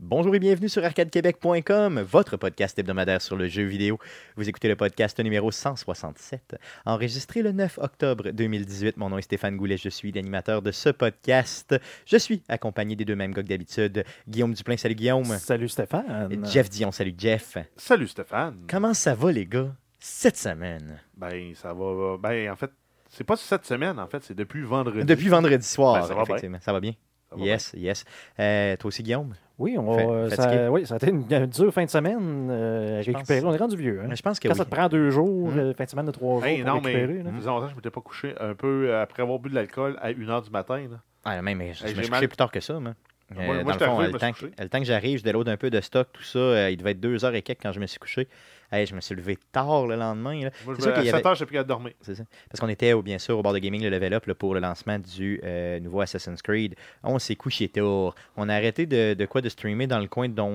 Bonjour et bienvenue sur arcadequebec.com, votre podcast hebdomadaire sur le jeu vidéo. Vous écoutez le podcast numéro 167, enregistré le 9 octobre 2018. Mon nom est Stéphane Goulet, je suis l'animateur de ce podcast. Je suis accompagné des deux mêmes gars que d'habitude. Guillaume Duplain, salut Guillaume. Salut Stéphane. Et Jeff Dion, salut Jeff. Salut Stéphane. Comment ça va les gars, cette semaine? Ben, ça va. Ben, en fait, c'est pas cette semaine, en fait, c'est depuis vendredi. Depuis vendredi soir, Ben, ça va effectivement. Ça va bien? Ça va Yes. Toi aussi Guillaume? Oui, Fatigué? ça a été une dure fin de semaine à Je récupérer. pense- On est rendu vieux. Hein? Je pense que Quand oui. ça te prend 2 jours, fin de semaine de 3 jours Ben, pour non, mais récupérer. là. ça faisait longtemps que je m'étais pas couché un peu après avoir bu de l'alcool à 1h du matin. Là. Ah, même, je me J'ai suis mal. couché plus tard que ça, moi. Moi, Dans je le suis fond, arrivé, je me le suis couché. temps que j'arrive, je déload un peu de stock, tout ça. Il devait être 2h et quelques quand je me suis couché. Je me suis levé tard le lendemain. Là. Moi, C'est sûr à qu'il y 7h, j'ai plus qu'à dormir. C'est ça. Parce qu'on était, bien sûr, au bord de gaming, le Level Up, là, pour le lancement du nouveau Assassin's Creed. On s'est couché tard. On a arrêté de streamer dans le coin de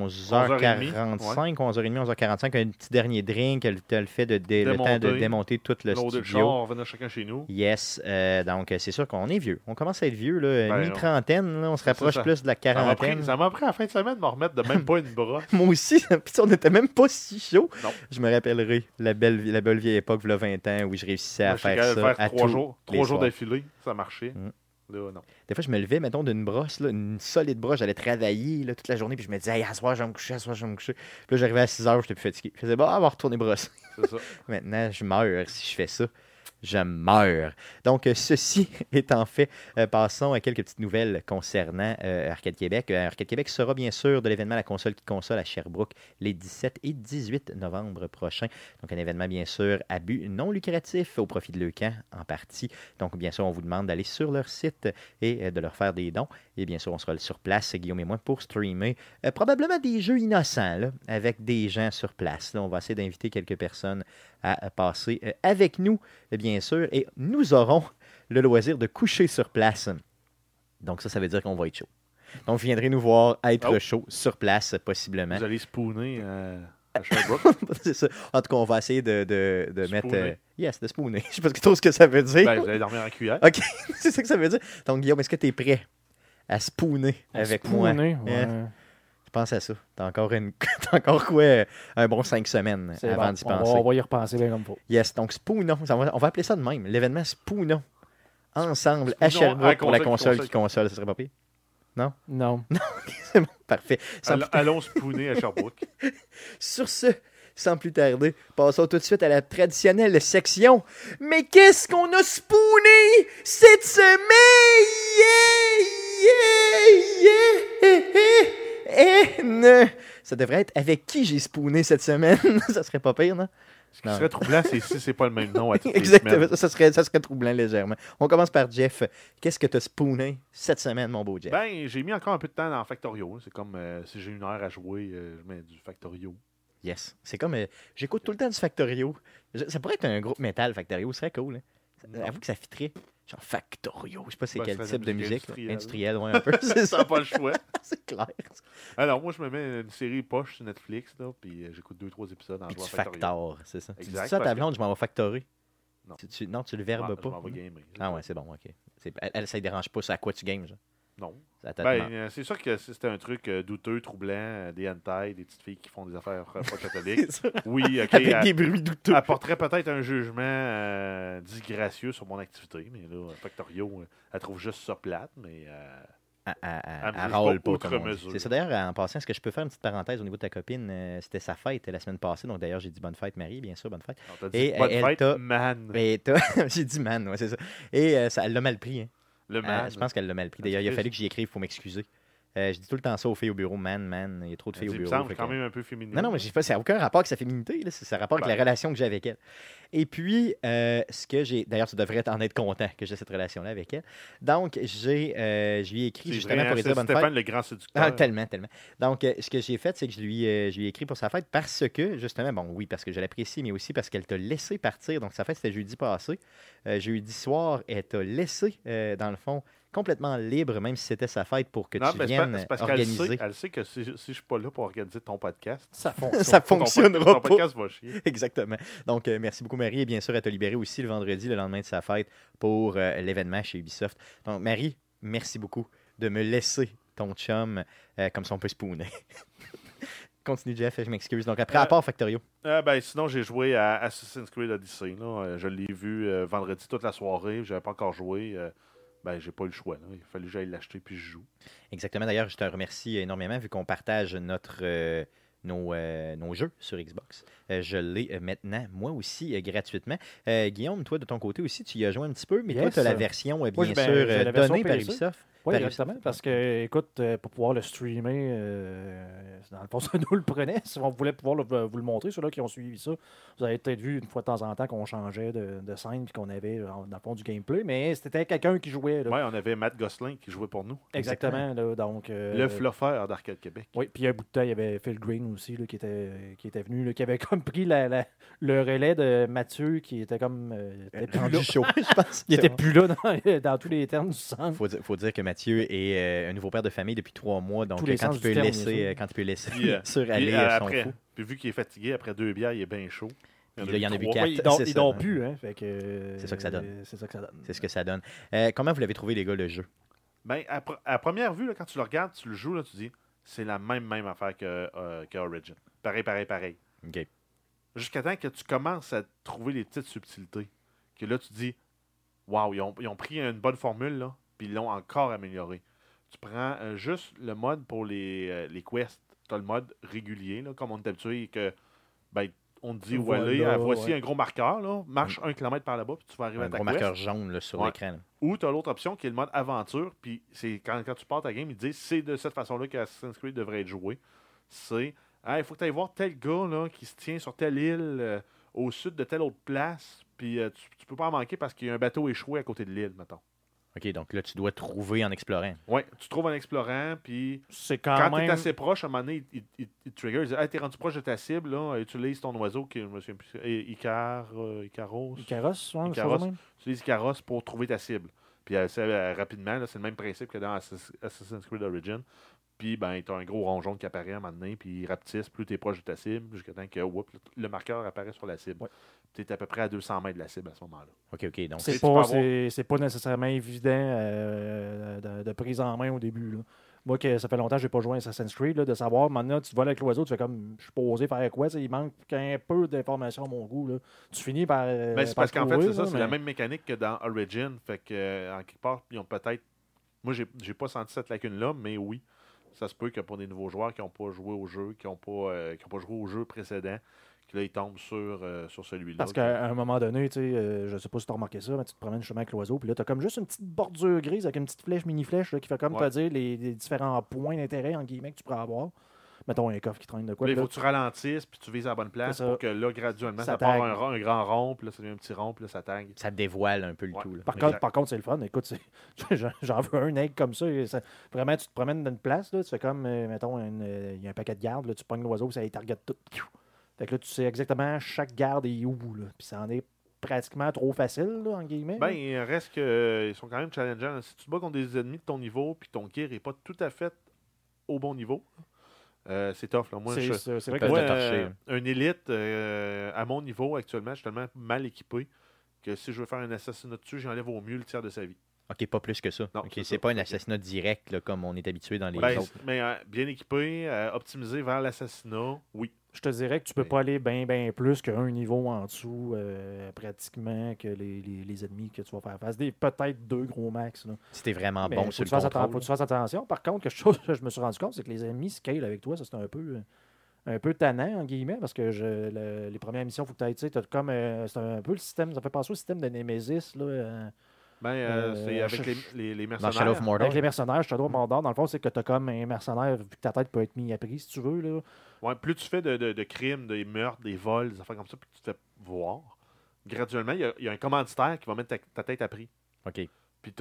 11h45, 11h30, 11h45. Un petit dernier drink, le fait le temps de démonter tout le L'eau de char, studio. on revenait chacun chez nous. Yes. Donc, c'est sûr qu'on est vieux. On commence à être vieux. Là, Ben, mi-trentaine, là, on se rapproche ça. plus de la quarantaine. Ça m'a pris la fin de semaine de me remettre de même pas une brosse. Moi aussi, puis on n'était même pas si chaud. Non. Je me rappellerai la belle vieille époque, il y a 20 ans, où je réussissais à Moi, j'étais faire capable de ça faire à 3 tous jours, les 3 jours soirs. d'affilée. Ça marchait. Là, non. Des fois, je me levais, mettons, d'une brosse, là, une solide brosse, j'allais travailler là, toute la journée, puis je me disais, hey, à soir, je vais me coucher, à soir, je vais me coucher. Puis là, j'arrivais à 6 heures, j'étais plus fatigué. Je faisais, bon, on va retourner brosser. C'est ça. Maintenant, je meurs si je fais ça. Je meurs. Donc, ceci étant fait, passons à quelques petites nouvelles concernant Arcade Québec. Arcade Québec sera bien sûr de l'événement La console qui console à Sherbrooke les 17 et 18 novembre prochains. Donc, un événement bien sûr à but non lucratif au profit de Leucan en partie. Donc, bien sûr, on vous demande d'aller sur leur site et de leur faire des dons. Et bien sûr, on sera sur place, Guillaume et moi, pour streamer probablement des jeux innocents là, avec des gens sur place. Là, on va essayer d'inviter quelques personnes à passer avec nous, bien sûr, et nous aurons le loisir de coucher sur place. Donc ça veut dire qu'on va être chaud. Donc vous viendrez nous voir être chaud sur place, possiblement. Vous allez spooner à Sherbrooke. C'est ça. En tout cas, on va essayer de mettre... Spooner. de spooner. Je sais pas trop ce que ça veut dire. Ben, vous allez dormir en cuillère. OK, c'est ça que ça veut dire. Donc Guillaume, est-ce que tu es prêt à spooner avec moi? Spooner, ouais. Yeah. Je pense à ça. T'as encore quoi? Un bon 5 semaines C'est avant bon. d'y penser. On va y repenser bien comme il faut. Yes, donc Spoonons. On va appeler ça de même. L'événement Spoonons. Ensemble, à Spoonons Sherbrooke à pour la console console qui console. Ça serait pas pire? Non. C'est bon, parfait. Allons spooner à Sherbrooke. Sur ce, sans plus tarder, passons tout de suite à la traditionnelle section. Mais qu'est-ce qu'on a spooné cette semaine? Ça devrait être avec qui j'ai spooné cette semaine. Ça serait pas pire, non? Ce qui serait troublant, c'est si c'est pas le même nom à toutes les Exactement, semaines. ça serait troublant légèrement. On commence par Jeff. Qu'est-ce que tu as spooné cette semaine, mon beau Jeff? Ben, j'ai mis encore un peu de temps dans Factorio. C'est comme si j'ai 1 heure à jouer, je mets du Factorio. Yes. C'est comme, j'écoute tout le temps du Factorio. Ça pourrait être un groupe métal, Factorio, ce serait cool. Hein? Avoue que ça fitterait. Genre Factorio, je sais pas c'est Ben, quel ça fait type de de la musique. musique Là. industrielle. Industriel, ouais, un peu. C'est Ça ça. n'a pas le choix. C'est clair. Alors, moi, je me mets une série poche sur Netflix, là, puis j'écoute 2-3 épisodes en Puis jouant tu à Factorio. factores, c'est ça. Tu dis Exact, ça à ta parce que- blonde, je m'en vais factorer. Non. Non, tu le verbes Je pas. m'en vais gamer. Ah ouais, c'est bon, ok. Elle, ça ne dérange pas, c'est à quoi tu games, genre. Non. Ça te Ben, demande. c'est sûr que c'était un truc douteux, troublant, des hentai, des petites filles qui font des affaires pas catholiques. C'est ça. Oui, ok. Avec des bruits douteux. Apporterait peut-être un jugement disgracieux sur mon activité, mais là, Factorio, elle trouve juste ça plate, mais Elle me juge râle pas pas, comme on dit. outre-mesure. C'est ça. D'ailleurs, en passant, est-ce que je peux faire une petite parenthèse au niveau de ta copine? C'était sa fête la semaine passée. Donc, d'ailleurs, j'ai dit bonne fête, Marie, bien sûr, bonne fête. on t'a dit Et bonne elle fête, t'a- man. Mais j'ai dit man, ouais, c'est ça. Et elle l'a mal pris. Hein. Le man. Je pense qu'elle l'a mal pris. D'ailleurs, il a fallu que j'y écrive pour m'excuser. Je dis tout le temps ça aux filles au bureau, man, il y a trop de filles au Il me bureau. semble fait quand que- même un peu féminin. Non, mais ça n'a aucun rapport avec sa féminité. Là. Ça a rapport avec Ben. la relation que j'ai avec elle. Et puis, ce que j'ai... D'ailleurs, tu devrais en être content que j'ai cette relation-là avec elle. Donc, je lui ai écrit C'est justement vrai, pour lui c'est dire bonne fête. Stéphane le grand séducteur. Ah, tellement. Donc, ce que j'ai fait, c'est que je lui ai écrit pour sa fête parce que, justement, bon, oui, parce que je l'apprécie, mais aussi parce qu'elle t'a laissé partir. Donc, sa fête, c'était jeudi passé. Jeudi soir, elle t'a laissé, dans le fond, complètement libre, même si c'était sa fête, pour que Non, tu mais viennes c'est parce organiser. qu'elle sait que si je suis pas là pour organiser ton podcast, Ça fonctionne. Ça fonctionnera ton pas. podcast va chier. Exactement. Donc, merci beaucoup, Marie. Et bien sûr, elle t'a libéré aussi le vendredi, le lendemain de sa fête, pour l'événement chez Ubisoft. Donc, Marie, merci beaucoup de me laisser ton chum, comme ça on peut spooner. Continue, Jeff, je m'excuse. Donc, après, à part Factorio. Sinon, j'ai joué à Assassin's Creed Odyssey. Là. Je l'ai vu vendredi toute la soirée. Je n'avais pas encore joué. J'ai pas eu le choix. Là. Il a fallu que j'aille l'acheter puis je joue. Exactement. D'ailleurs, je te remercie énormément vu qu'on partage nos jeux sur Xbox. Je l'ai maintenant, moi aussi, gratuitement. Guillaume, toi, de ton côté aussi, tu y as joué un petit peu, mais toi, tu as la version, bien sûr, j'ai la version donnée par PC. Ubisoft. Oui, exactement. Parce que, écoute, pour pouvoir le streamer, dans le fond, ça nous le prenait. Si on voulait pouvoir vous le montrer, ceux-là qui ont suivi ça, vous avez peut-être vu une fois de temps en temps qu'on changeait de scène et qu'on avait, dans le fond, du gameplay. Mais c'était quelqu'un qui jouait. Oui, on avait Matt Gosselin qui jouait pour nous. Exactement. Là, donc, le fluffer d'Arcade Québec. Oui, puis il y a un bout de temps, il y avait Phil Green aussi là, qui était venu, là, qui avait comme pris le relais de Mathieu qui était comme. Rendu chaud, je pense. Il était plus là dans tous les termes du sens. Faut dire que Mathieu est un nouveau père de famille depuis 3 mois, donc quand il peut laisser aller son fou. Puis vu qu'il est fatigué, après 2 bières, il est bien chaud. Il y en a vu 4. Il dort plus, hein. Fait que, c'est ça que ça donne. C'est ça que ça donne. C'est ce que ça donne. Comment vous l'avez trouvé, les gars, le jeu? À première vue, là, quand tu le regardes, tu le joues, là, tu dis c'est la même affaire que Origin. Pareil. OK. Jusqu'à temps que tu commences à trouver les petites subtilités. Que là, tu dis waouh, ils ont pris une bonne formule, là, puis ils l'ont encore améliorée. Tu prends juste le mode pour les quests. Tu as le mode régulier, là, comme on est habitué, que on te dit où aller. Voici un gros marqueur, là, marche 1 km par là-bas, puis tu vas arriver à ta quest. Un gros marqueur jaune là, sur l'écran. Là. Ou tu as l'autre option qui est le mode aventure, puis c'est quand tu pars ta game, ils te disent c'est de cette façon-là que Assassin's Creed devrait être joué. C'est il faut que tu ailles voir tel gars là, qui se tient sur telle île au sud de telle autre place, puis tu peux pas en manquer parce qu'il y a un bateau échoué à côté de l'île, mettons. OK, donc là, tu dois trouver en explorant. Oui, tu trouves en explorant, puis quand tu es assez proche, à un moment donné, il trigger, il dit t'es rendu proche de ta cible, là, utilise ton oiseau, qui je me souviens plus, Icaros. Utilise Icaros pour trouver ta cible. Puis rapidement, là, c'est le même principe que dans Assassin's Creed Origin. Puis, tu as un gros rond jaune qui apparaît à un moment donné, puis il rapetisse plus tu es proche de ta cible, jusqu'à temps que le marqueur apparaît sur la cible. Ouais. Tu es à peu près à 200 mètres de la cible à ce moment-là. OK. Donc, c'est pas nécessairement évident de prise en main au début. Là. Moi, ça fait longtemps que je n'ai pas joué à Assassin's Creed, là, de savoir, maintenant, tu voles avec l'oiseau, tu fais comme, je suis posé faire quoi? Il manque un peu d'informations à mon goût. Là. Tu finis par. C'est parce qu'en fait, c'est ça, c'est la même mécanique que dans Origin. Fait que, en quelque part, ils ont peut-être. Moi, j'ai pas senti cette lacune-là, mais oui. Ça se peut que pour des nouveaux joueurs qui n'ont pas joué au jeu, qui n'ont pas joué au jeu précédent, que là, ils tombent sur celui-là. Parce qu'à un moment donné, tu sais, je ne sais pas si tu as remarqué ça, mais tu te promènes chemin avec l'oiseau, puis là, tu as comme juste une petite bordure grise avec une petite flèche, mini-flèche, là, qui fait comme te dire les différents points d'intérêt, en guillemets, que tu pourrais avoir. Mettons un coffre qui traîne de quoi. Il faut que tu ralentisses, puis tu vises à la bonne place pour que là, graduellement, ça part un grand rond, puis là, ça devient un petit rond, puis là, ça tag. Ça dévoile un peu le tout. Là. Par contre, c'est le fun. Écoute, j'en veux un egg comme ça, vraiment, tu te promènes dans une place, là, tu fais comme, mettons, il y a un paquet de gardes, là, tu pognes l'oiseau, ça les target tout. Fait que là, tu sais exactement chaque garde est où, là. Puis ça en est pratiquement trop facile, là, en guillemets. Il reste qu'ils sont quand même challengeants. Si tu te bats contre des ennemis de ton niveau, puis ton gear n'est pas tout à fait au bon niveau, c'est tough. Là. Moi, c'est vrai que un élite à mon niveau actuellement, je suis tellement mal équipé que si je veux faire un assassinat dessus, j'enlève au mieux le tiers de sa vie. OK, pas plus que ça. Non, c'est pas un assassinat direct là, comme on est habitué dans les autres. Mais bien équipé, optimisé vers l'assassinat, oui. Je te dirais que tu peux pas aller bien plus qu'un niveau en dessous, pratiquement, que les ennemis que tu vas faire face. Peut-être 2 gros max. Là. C'était vraiment bon sur le contrôle. Faut que tu fasses attention. Par contre, quelque chose que je me suis rendu compte, c'est que les ennemis scale avec toi. Ça, c'est un peu tannant, en guillemets, parce que les premières missions, il faut que tu ailles, tu sais, comme, c'est un peu le système, ça fait penser au système de Nemesis, là. C'est avec les mercenaires. Dans Shadow of Mordor. Avec les mercenaires, Shadow of Mordor, dans le fond, c'est que tu as comme un mercenaire, vu que ta tête peut être mise à prix, si tu veux. Là. Ouais, plus tu fais de crimes, des meurtres, des vols, des affaires comme ça, plus tu te fais voir. Graduellement, il y a un commanditaire qui va mettre ta tête à prix. OK. Puis,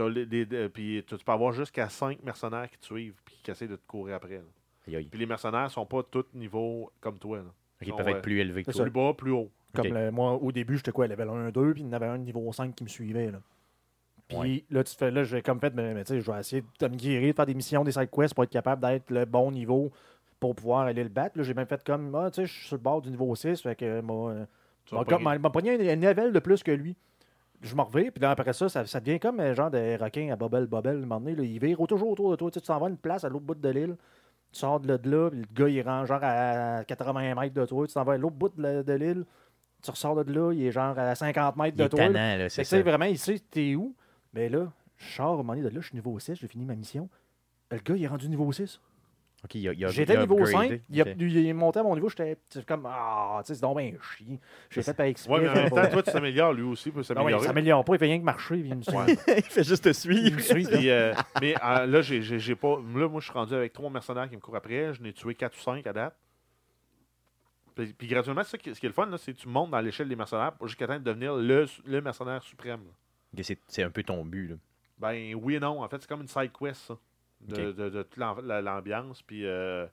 tu peux avoir jusqu'à 5 mercenaires qui te suivent et qui essaient de te courir après. Puis les mercenaires ne sont pas tous niveaux comme toi. Là. Ils peuvent être plus élevés que toi. Plus bas, plus haut. Comme moi, au début, j'étais quoi, level 1, 2, puis il y en avait un niveau 5 qui me suivait. Là. Puis là, j'ai comme fait, mais tu sais, je vais essayer de me guérir, de faire des missions, des side quests pour être capable d'être le bon niveau pour pouvoir aller le battre. Là, j'ai même fait comme, tu sais, je suis sur le bord du niveau 6, fait que m'a pogné un level de plus que lui. je m'en reviens, puis là, après ça, ça devient comme un genre de requin à bobble, à un moment donné. Là, il vire toujours autour de toi. Tu t'en vas à une place à l'autre bout de l'île. Tu sors de là, puis le gars, il rend genre à 80 mètres de toi. Tu t'en vas à l'autre bout de l'île. Tu ressors de là, il est genre à 50 mètres de toi. Tannant, là, c'est ça. Vraiment, il sait t'es où. Mais là, je sors à un moment donné de là, je suis niveau 6, j'ai fini ma mission. Le gars, il est rendu niveau 6. Okay, j'étais niveau 5, okay. il est monté à mon niveau, j'étais comme, tu sais, c'est donc bien chiant. J'ai fait par exprès. Ouais, mais en même temps, toi, tu t'améliores, lui aussi peut s'améliorer. Non, il s'améliore pas, il fait rien que marcher. Il fait juste te suivre. Mais là, j'ai pas. Là, moi, je suis rendu avec 3 mercenaires qui me courent après. Je n'ai tué 4 ou 5 à date. Puis graduellement, ce qui est le fun, là, c'est que tu montes dans l'échelle des mercenaires jusqu'à temps de devenir le mercenaire suprême. Okay, c'est un peu ton but, là. Ben oui et non. En fait, c'est comme une side quest, ça. De toute l'ambiance. Puis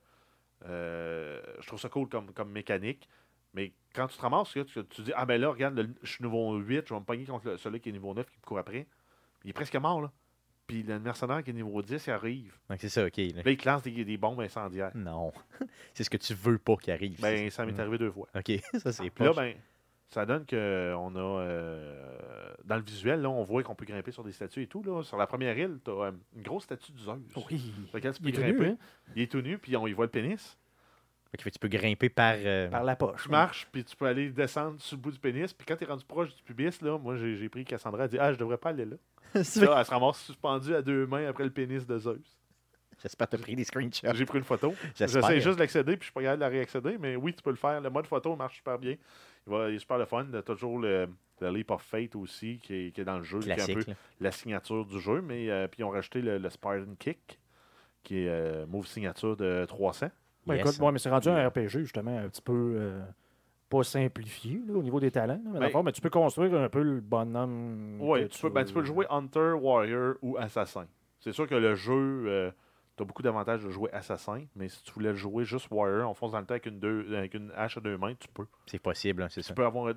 je trouve ça cool comme mécanique. Mais quand tu te ramasses, tu dis, ah ben là, regarde, je suis niveau 8, je vais me pogner contre celui qui est niveau 9 qui me court après. Il est presque mort, là. Puis le mercenaire qui est niveau 10, il arrive. Donc c'est ça, OK. Là, il te lance des bombes incendiaires. Non. C'est ce que tu veux pas qu'il arrive. Ben, ça m'est arrivé 2 fois. OK, ça c'est pas. Là, ben, ça donne qu'on a... dans le visuel, là, on voit qu'on peut grimper sur des statues et tout. Là. Sur la première île, tu as une grosse statue de Zeus. Oui. Sur laquelle tu peux grimper. Nu, hein? Il est tout nu, puis on y voit le pénis. Okay, tu peux grimper par la poche. Tu marches, puis tu peux aller descendre sur le bout du pénis. Puis quand tu es rendu proche du pubis, là, moi, j'ai pris Cassandra, elle dit « Ah, je devrais pas aller là. » Là, elle se ramasse suspendue à 2 mains après le pénis de Zeus. J'espère que tu as pris des screenshots. J'ai pris une photo. J'essaie juste d'accéder, puis je suis pas capable de la réaccéder. Mais oui, tu peux le faire. Le mode photo marche super bien. Il est super le fun. Tu as toujours le Leap of Fate aussi, qui est dans le jeu. Classique, qui est un peu la signature du jeu. Mais puis ils ont rajouté le Spartan Kick, qui est move signature de 300. Ben, yes. Écoute, mais c'est rendu un RPG, justement, un petit peu pas simplifié là, au niveau des talents. Là, mais tu peux construire un peu le bonhomme. Oui, tu peux le jouer Hunter, Warrior ou Assassin. C'est sûr que le jeu, tu as beaucoup d'avantages de jouer Assassin, mais si tu voulais jouer juste Warrior, on fonce dans le temps avec une hache à 2 mains, tu peux. C'est possible, hein, c'est ça. Tu peux avoir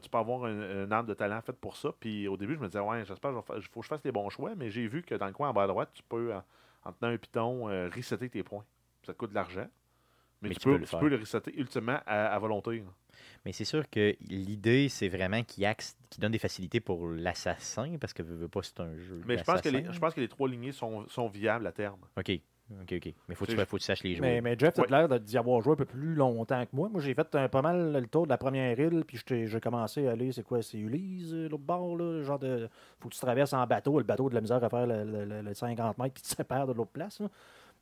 un arbre de talent fait pour ça. Puis au début, je me disais, ouais, j'espère qu'il faut que je fasse les bons choix, mais j'ai vu que dans le coin en bas à droite, tu peux, en tenant un piton, resetter tes points. Ça te coûte de l'argent. Mais tu peux le resetter ultimement à volonté. Là. Mais c'est sûr que l'idée, c'est vraiment qu'il donne des facilités pour l'assassin, parce que veut pas, c'est un jeu. Mais je pense que les 3 lignées sont viables à terme. OK. Mais faut que tu saches les jouer. Mais Jeff, tu as l'air d'y avoir joué un peu plus longtemps que moi. Moi, j'ai fait pas mal le tour de la première île, puis j'ai commencé à aller, c'est Ulysse, l'autre bord, là, genre de... Faut que tu traverses en bateau, le bateau de la misère à faire le 50 mètres qui te sépare de l'autre place. Là.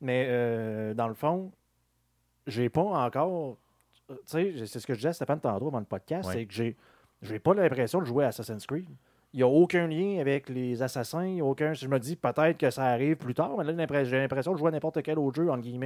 Mais dans le fond, j'ai pas encore... Tu sais, c'est ce que je disais à Stéphane tantôt avant le podcast, c'est que j'ai pas l'impression de jouer à Assassin's Creed. Il n'y a aucun lien avec les assassins. Je me dis peut-être que ça arrive plus tard, mais là, j'ai l'impression de jouer à n'importe quel autre jeu, entre guillemets.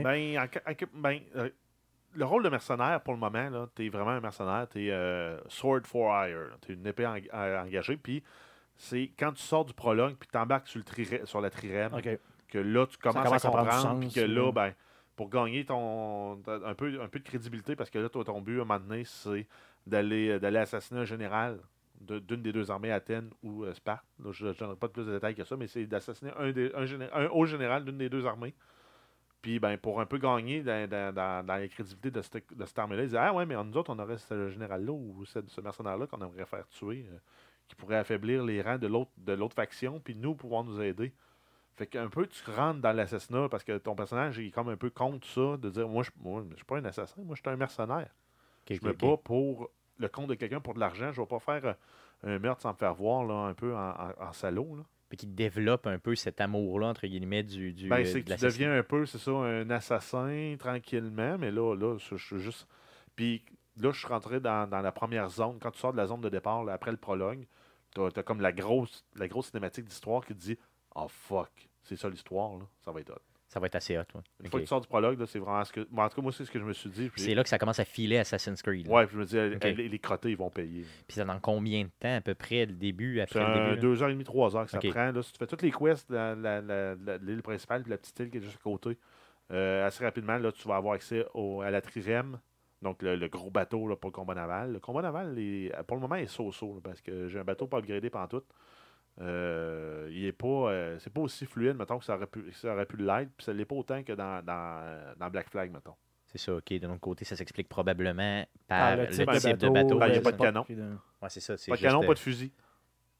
Le rôle de mercenaire, pour le moment, tu es vraiment un mercenaire. Tu es sword for hire. Tu es une épée engagée. Puis c'est quand tu sors du prologue puis tu embarques sur la trirème que là, tu commences à comprendre. Puis que là, pour gagner un peu de crédibilité, parce que là, ton but, à un moment donné, c'est d'aller assassiner un général d'une des 2 armées, Athènes ou Sparte. Là, je n'en ai pas de plus de détails que ça, mais c'est d'assassiner un haut général d'une des 2 armées. Puis, pour un peu gagner dans la crédibilité de cette armée-là, ils disaient « Ah ouais, mais nous autres, on aurait ce général-là ou ce mercenaire-là qu'on aimerait faire tuer, qui pourrait affaiblir les rangs de l'autre faction, puis nous, pouvoir nous aider. » Fait qu'un peu, tu rentres dans l'assassinat parce que ton personnage est comme un peu contre ça, de dire « Moi, je suis pas un assassin, moi, je suis un mercenaire. Je me bats pour le compte de quelqu'un pour de l'argent. Je vais pas faire un meurtre sans me faire voir là, un peu en salaud. » Là. Puis qui développe un peu cet amour-là, entre guillemets, c'est que tu deviens un peu, c'est ça, un assassin tranquillement, mais là je suis juste... Puis là, je suis rentré dans la première zone. Quand tu sors de la zone de départ, là, après le prologue, t'as comme la grosse cinématique d'histoire qui te dit « Oh fuck, c'est ça l'histoire, là. Ça va être hot. » Ça va être assez hot, ouais. Une fois que tu sors du prologue, là, c'est vraiment ce que... Bon, en tout cas, moi, c'est ce que je me suis dit. Puis... C'est là que ça commence à filer Assassin's Creed. Ouais, puis je me dis, les crottés, ils vont payer. Puis c'est dans combien de temps, à peu près, le début, après le début? 2h30, 3h que ça prend. Là, si tu fais toutes les quests de l'île principale puis la petite île qui est juste à côté, assez rapidement, là, tu vas avoir accès à la trirème, donc le gros bateau là, pour le combat naval. Le combat naval, pour le moment, est so-so, parce que j'ai un bateau pas upgradé pantoute. Il est pas c'est pas aussi fluide mettons que ça aurait pu l'être, puis ça l'est pas autant que dans Black Flag mettons. C'est ça, ok. De l'autre côté, ça s'explique probablement par le type de bateau. Il n'y a pas de canon. Ouais, c'est ça. Pas de canon, pas de fusil.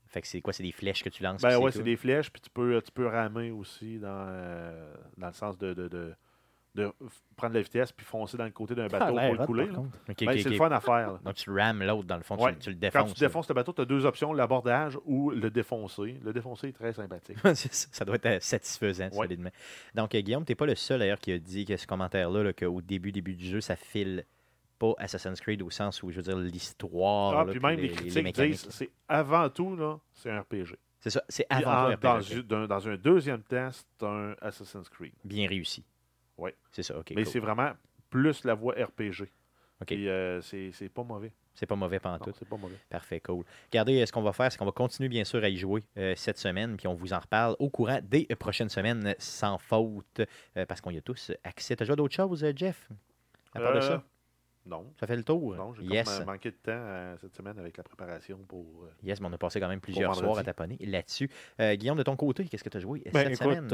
Fait que c'est quoi? C'est des flèches que tu lances? Ben ouais, c'est des flèches, puis tu peux ramer aussi dans le sens de prendre la vitesse puis foncer dans le côté d'un bateau pour le couler. C'est le fun à faire. Là. Donc tu rames l'autre, dans le fond, tu le défonces. Quand tu défonces le bateau, tu as 2 options, l'abordage ou le défoncer. Le défoncer est très sympathique. Ça doit être satisfaisant, solidement. Donc, Guillaume, tu n'es pas le seul, d'ailleurs, qui a dit que ce commentaire-là, qu'au début du jeu, ça file pas Assassin's Creed au sens où, je veux dire, l'histoire. Puis même les critiques disent c'est avant tout, là, c'est un RPG. C'est ça, c'est avant tout un RPG. Dans un deuxième temps, c'est un Assassin's Creed. Bien réussi. Oui. C'est ça, OK. Mais c'est vraiment plus la voie RPG. OK. Et c'est pas mauvais. C'est pas mauvais pantoute. Non, c'est pas mauvais. Parfait, cool. Regardez, ce qu'on va faire, c'est qu'on va continuer, bien sûr, à y jouer cette semaine, puis on vous en reparle au courant des prochaines semaines, sans faute, parce qu'on y a tous accès. T'as joué à d'autres choses, Jeff, à part de ça? Non. Ça fait le tour? Non, j'ai manqué de temps cette semaine avec la préparation pour... Yes, mais on a passé quand même plusieurs soirs à taponner là-dessus. Guillaume, de ton côté, qu'est-ce que tu as joué cette semaine?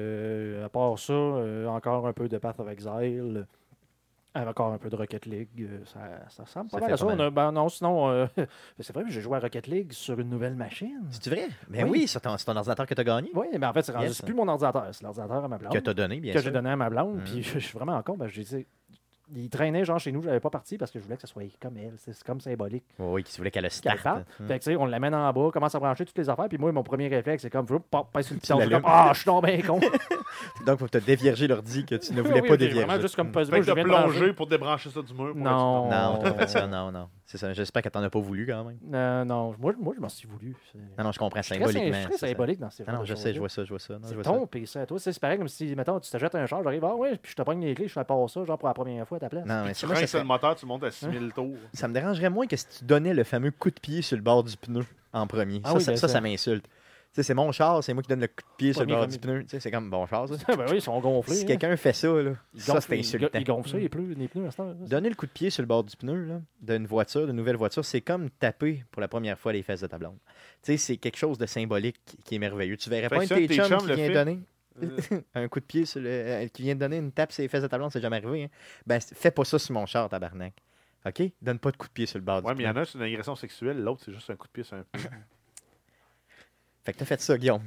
À part ça, encore un peu de Path of Exile, encore un peu de Rocket League. Ça ressemble pas mal à ça. Non, sinon, c'est vrai que j'ai joué à Rocket League sur une nouvelle machine. C'est vrai? Ben oui, c'est ton ordinateur que tu as gagné. Oui, mais en fait, c'est plus mon ordinateur. C'est l'ordinateur à ma blonde. Que tu as donné, bien sûr. Que j'ai donné à ma blonde. Puis je suis vraiment con. J'ai dit... Il traînait genre chez nous, je n'avais pas parti parce que je voulais que ça soit comme elle. C'est comme symbolique. Oui, qui voulait qu'elle le starte. Fait que, on l'amène en bas, commence à brancher toutes les affaires. Puis moi, mon premier réflexe, c'est comme, pèse sur le piton. Je suis donc bien con. Donc, il faut te dévierger l'ordi que tu ne voulais pas dévierger. Vraiment juste comme tu as plongé pour débrancher ça du mur. Non. Non. C'est ça. J'espère que tu n'en as pas voulu quand même. Non, moi je m'en suis voulu. Non, je comprends symboliquement. C'est très symbolique dans ces choses. Non, je sais, je vois ça. C'est ton PC à toi. C'est pareil comme si, mettons, tu t'achètes un char, j'arrive, puis je te prends les clés, je fais pas ça, genre pour la première fois à ta place. Non, mais tu rinces le moteur, tu montes à 6000 tours. Ça me dérangerait moins que si tu donnais le fameux coup de pied sur le bord du pneu en premier. Ça m'insulte. C'est mon char, c'est moi qui donne le coup de pied sur le bord du pneu. C'est comme bon char, ça. Ben oui, ils sont gonflés. Si quelqu'un fait ça, là, ça c'est insultant. Il gonfle ça, les pneus à ce temps. Donner le coup de pied sur le bord du pneu d'une voiture, d'une nouvelle voiture, c'est comme taper pour la première fois les fesses de ta blonde. C'est quelque chose de symbolique qui est merveilleux. Tu verrais pas un de tes chums qui vient donner un coup de pied qui vient de donner une tape sur les fesses de ta blonde, c'est jamais arrivé. Hein? Ben, fais pas ça sur mon char, tabarnak. OK? Donne pas de coup de pied sur le bord du pneu. Ouais, mais il y en a, c'est une agression sexuelle, l'autre, c'est juste un coup de pied sur un pneu. Fait que t'as fait ça, Guillaume.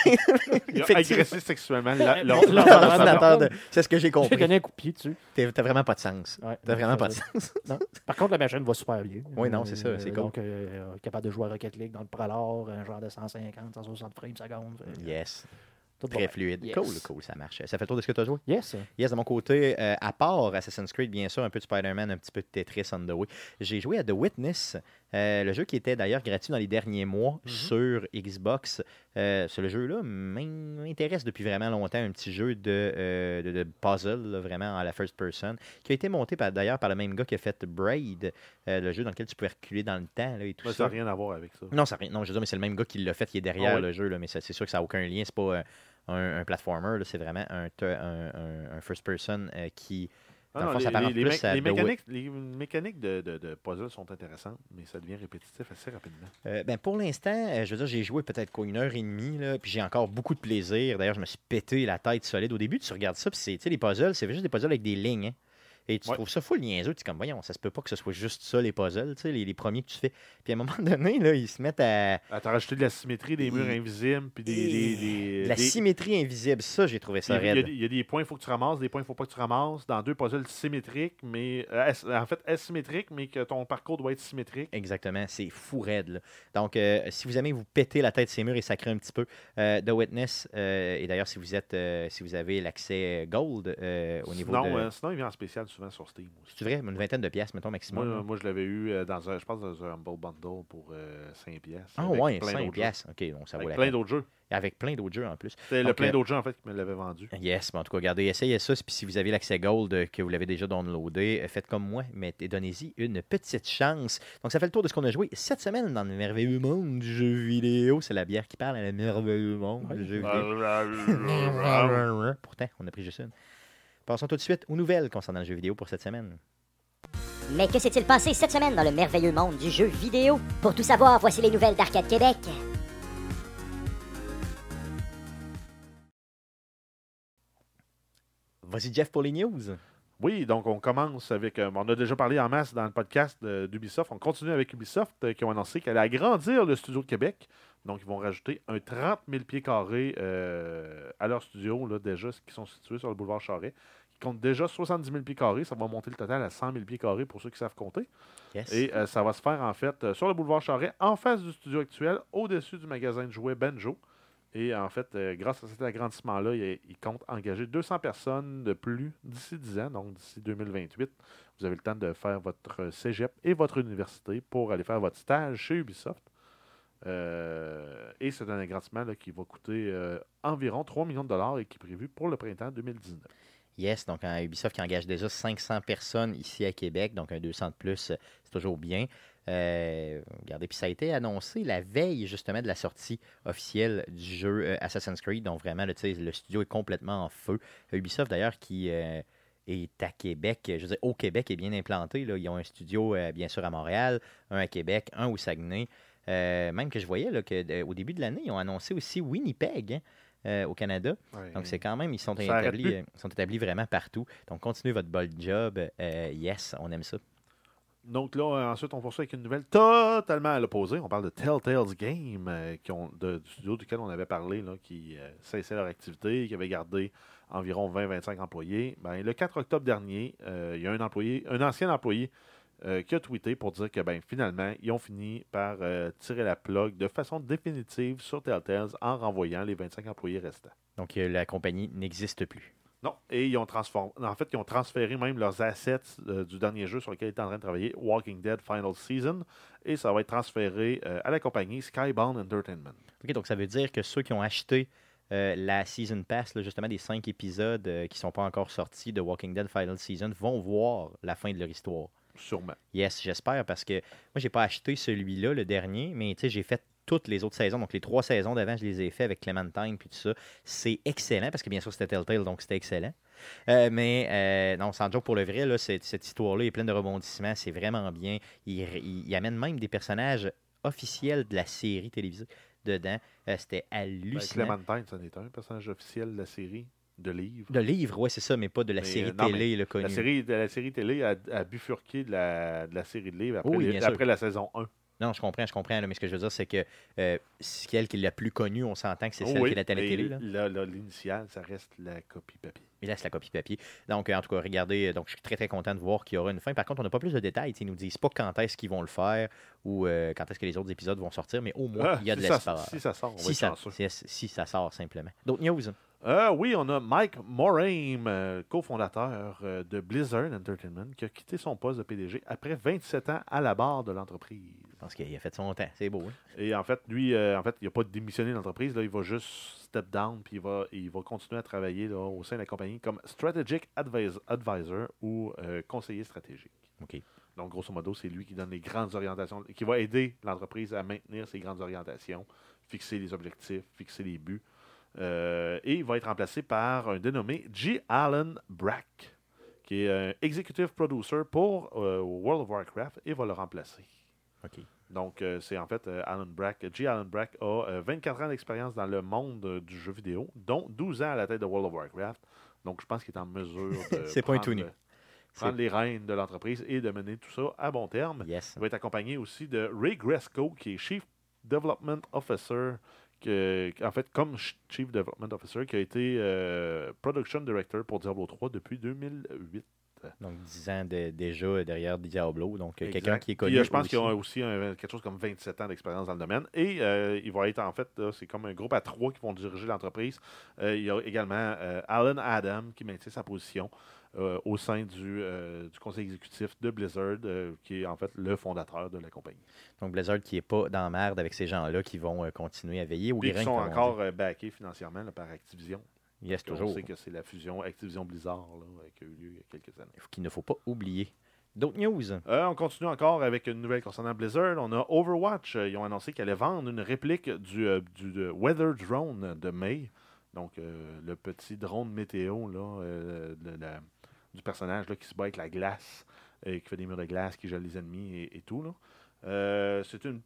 Il a agressé sexuellement l'ordinateur. C'est ce que j'ai compris. J'ai donné un coup de pied dessus. T'as vraiment pas de sens. Ouais, t'as vraiment pas de sens. Non. Par contre, la machine va super bien. Oui, non, c'est ça. C'est cool. Donc, capable de jouer à Rocket League dans le Prolor, un genre de 150, 160 frames secondes. Yes. Très fluide. Yes. Cool, ça marche. Ça fait le tour de ce que tu as joué? Yes, de mon côté, à part Assassin's Creed, bien sûr, un peu de Spider-Man, un petit peu de Tetris on the way, j'ai joué à The Witness, le jeu qui était d'ailleurs gratuit dans les derniers mois sur Xbox. Ce jeu-là m'intéresse depuis vraiment longtemps, un petit jeu de puzzle, là, vraiment à la first person, qui a été monté d'ailleurs par le même gars qui a fait Braid, le jeu dans lequel tu pouvais reculer dans le temps là, et tout ça. Ça n'a rien à voir avec ça. Non, je veux dire, mais c'est le même gars qui l'a fait, qui est derrière le jeu, là, mais c'est sûr que ça n'a aucun lien. C'est pas un platformer, c'est vraiment un first person qui... Les mécaniques de puzzle sont intéressantes, mais ça devient répétitif assez rapidement. Pour l'instant, je veux dire, j'ai joué peut-être quoi 1h30, là, puis j'ai encore beaucoup de plaisir. D'ailleurs, je me suis pété la tête solide. Au début, tu regardes ça, puis les puzzles, c'est juste des puzzles avec des lignes. Hein. Et tu trouves ça full niaiseux. Tu es comme, voyons, ça se peut pas que ce soit juste ça, les puzzles, les premiers que tu fais. Puis à un moment donné, là, ils se mettent à t'as rajouté de la symétrie, des murs invisibles, puis la symétrie invisible, ça, j'ai trouvé ça raide. Il y a des points qu'il faut que tu ramasses, des points qu'il faut pas que tu ramasses, dans 2 puzzles symétriques, mais en fait asymétriques, mais que ton parcours doit être symétrique. Exactement, c'est fou raide. Là. Donc, si vous aimez vous péter la tête ces murs et sacrer un petit peu, The Witness, et d'ailleurs, si vous avez l'accès Gold au niveau sinon, il vient en spécial souvent sur Steam aussi. C'est vrai, une vingtaine de pièces, mettons, maximum. Moi je l'avais eu dans un Humble Bundle pour 5 pièces. Ah ouais, 5 pièces. OK, donc ça vaut la peine. Plein d'autres jeux. Avec plein d'autres jeux en plus. C'est plein d'autres jeux en fait qui me l'avaient vendu. Yes, mais en tout cas, regardez, essayez ça. Puis si vous avez l'accès Gold, que vous l'avez déjà downloadé, faites comme moi, mais donnez-y une petite chance. Donc ça fait le tour de ce qu'on a joué cette semaine dans le merveilleux monde du jeu vidéo. C'est la bière qui parle, le merveilleux monde du jeu vidéo. Pourtant, on a pris juste une. Passons tout de suite aux nouvelles concernant le jeu vidéo pour cette semaine. Mais que s'est-il passé cette semaine dans le merveilleux monde du jeu vidéo? Pour tout savoir, voici les nouvelles d'Arcade Québec. Vas-y, Jeff, pour les news. Oui, donc on commence avec... on a déjà parlé en masse dans le podcast d'Ubisoft. On continue avec Ubisoft qui ont annoncé qu'elle allait agrandir le studio de Québec Donc, ils vont rajouter un 30 000 pieds carrés à leur studio, là, déjà, qui sont situés sur le boulevard Charest. Ils comptent déjà 70 000 pieds carrés. Ça va monter le total à 100 000 pieds carrés pour ceux qui savent compter. Yes. Et ça va se faire, en fait, sur le boulevard Charest, en face du studio actuel, au-dessus du magasin de jouets Benjo. Et en fait, grâce à cet agrandissement-là, ils comptent engager 200 personnes de plus d'ici 10 ans, donc d'ici 2028. Vous avez le temps de faire votre cégep et votre université pour aller faire votre stage chez Ubisoft. Et c'est un agrandissement là, qui va coûter environ 3 millions de dollars et qui est prévu pour le printemps 2019. Yes, donc Ubisoft qui engage déjà 500 personnes ici à Québec, donc un 200 de plus, c'est toujours bien. Regardez, puis ça a été annoncé la veille justement de la sortie officielle du jeu Assassin's Creed, donc vraiment le studio est complètement en feu. Ubisoft d'ailleurs qui est à Québec, je veux dire au Québec est bien implanté, là. Ils ont un studio bien sûr à Montréal, un à Québec, un au Saguenay. Même que je voyais là, qu'au début de l'année, ils ont annoncé aussi Winnipeg au Canada. Ouais. Donc c'est quand même, ils sont établis vraiment partout. Donc continuez votre bon job. Yes, on aime ça. Donc là, ensuite, on poursuit avec une nouvelle totalement à l'opposé. On parle de Telltale's Game, du studio duquel on avait parlé, là, qui cessait leur activité, qui avait gardé environ 20-25 employés. Ben, le 4 octobre dernier, il y a un ancien employé qui a tweeté pour dire que finalement, ils ont fini par tirer la plug de façon définitive sur Telltale en renvoyant les 25 employés restants. Donc la compagnie n'existe plus. Non, et ils ont transféré même leurs assets du dernier jeu sur lequel ils étaient en train de travailler, Walking Dead Final Season, et ça va être transféré à la compagnie Skybound Entertainment. OK, donc ça veut dire que ceux qui ont acheté la Season Pass, là, justement des 5 épisodes qui ne sont pas encore sortis de Walking Dead Final Season, vont voir la fin de leur histoire. Sûrement. Yes, j'espère, parce que moi, j'ai pas acheté celui-là, le dernier, mais j'ai fait toutes les autres saisons. Donc, les 3 saisons d'avant, je les ai fait avec Clementine puis tout ça. C'est excellent, parce que bien sûr, c'était Telltale, donc c'était excellent. Non, sans joke pour le vrai, là, cette histoire-là est pleine de rebondissements. C'est vraiment bien. Il amène même des personnages officiels de la série télévisée dedans. C'était hallucinant. Clementine, ça n'est un personnage officiel de la série. De livre. De livre, oui, c'est ça, mais pas de la série télé le connu. La série télé a bifurqué de la série de livre après, après la saison 1. Non, je comprends, là, mais ce que je veux dire, c'est que celle qui est la plus connue, on s'entend que c'est celle qui est la télé. Là, l'initiale, ça reste la copie papier. Il reste la copie papier. Donc, en tout cas, regardez, donc je suis très, très content de voir qu'il y aura une fin. Par contre, on n'a pas plus de détails. Ils ne nous disent pas quand est-ce qu'ils vont le faire ou quand est-ce que les autres épisodes vont sortir, mais au moins, il y a de l'espoir. Si ça sort, on va être chanceux. Si ça sort, simplement. D'autres news? Oui, on a Mike Morhaime, cofondateur de Blizzard Entertainment, qui a quitté son poste de PDG après 27 ans à la barre de l'entreprise. Je pense qu'il a fait son temps. C'est beau. Hein? Et en fait, lui, il n'a pas démissionné de l'entreprise. Là, il va juste step down, puis il va continuer à travailler là, au sein de la compagnie comme Strategic Advisor ou conseiller stratégique. OK. Donc, grosso modo, c'est lui qui donne les grandes orientations, qui va aider l'entreprise à maintenir ses grandes orientations, fixer les objectifs, fixer les buts. Et il va être remplacé par un dénommé G. Allen Brack, qui est un executive producer pour World of Warcraft, et va le remplacer. OK. Donc, c'est en fait Allen Brack. G. Allen Brack a 24 ans d'expérience dans le monde du jeu vidéo, dont 12 ans à la tête de World of Warcraft. Donc, je pense qu'il est en mesure de prendre les rênes de l'entreprise et de mener tout ça à bon terme. Yes. Il va être accompagné aussi de Ray Gresco, qui est Chief Development Officer, en fait, comme Chief Development Officer, qui a été Production Director pour Diablo 3 depuis 2008. Donc, 10 ans déjà derrière Diablo. Donc, exact. Quelqu'un qui est connu. Je pense qu'il a aussi quelque chose comme 27 ans d'expérience dans le domaine. Et il va être, en fait, là, c'est comme un groupe à 3 qui vont diriger l'entreprise. Il y a également Alan Adam qui maintient sa position au sein du conseil exécutif de Blizzard, qui est en fait le fondateur de la compagnie. Donc, Blizzard qui n'est pas dans la merde avec ces gens-là qui vont continuer à veiller. Puis qui sont encore backés financièrement là, par Activision. Yes, toujours. On sait que c'est la fusion Activision-Blizzard qui a eu lieu il y a quelques années. Qu'il ne faut pas oublier. D'autres news? On continue encore avec une nouvelle concernant Blizzard. On a Overwatch. Ils ont annoncé qu'ils allaient vendre une réplique du Weather Drone de May. Donc, le petit drone météo là, du personnage là, qui se bat avec la glace, qui fait des murs de glace, qui gèle les ennemis et tout. Là. C'est une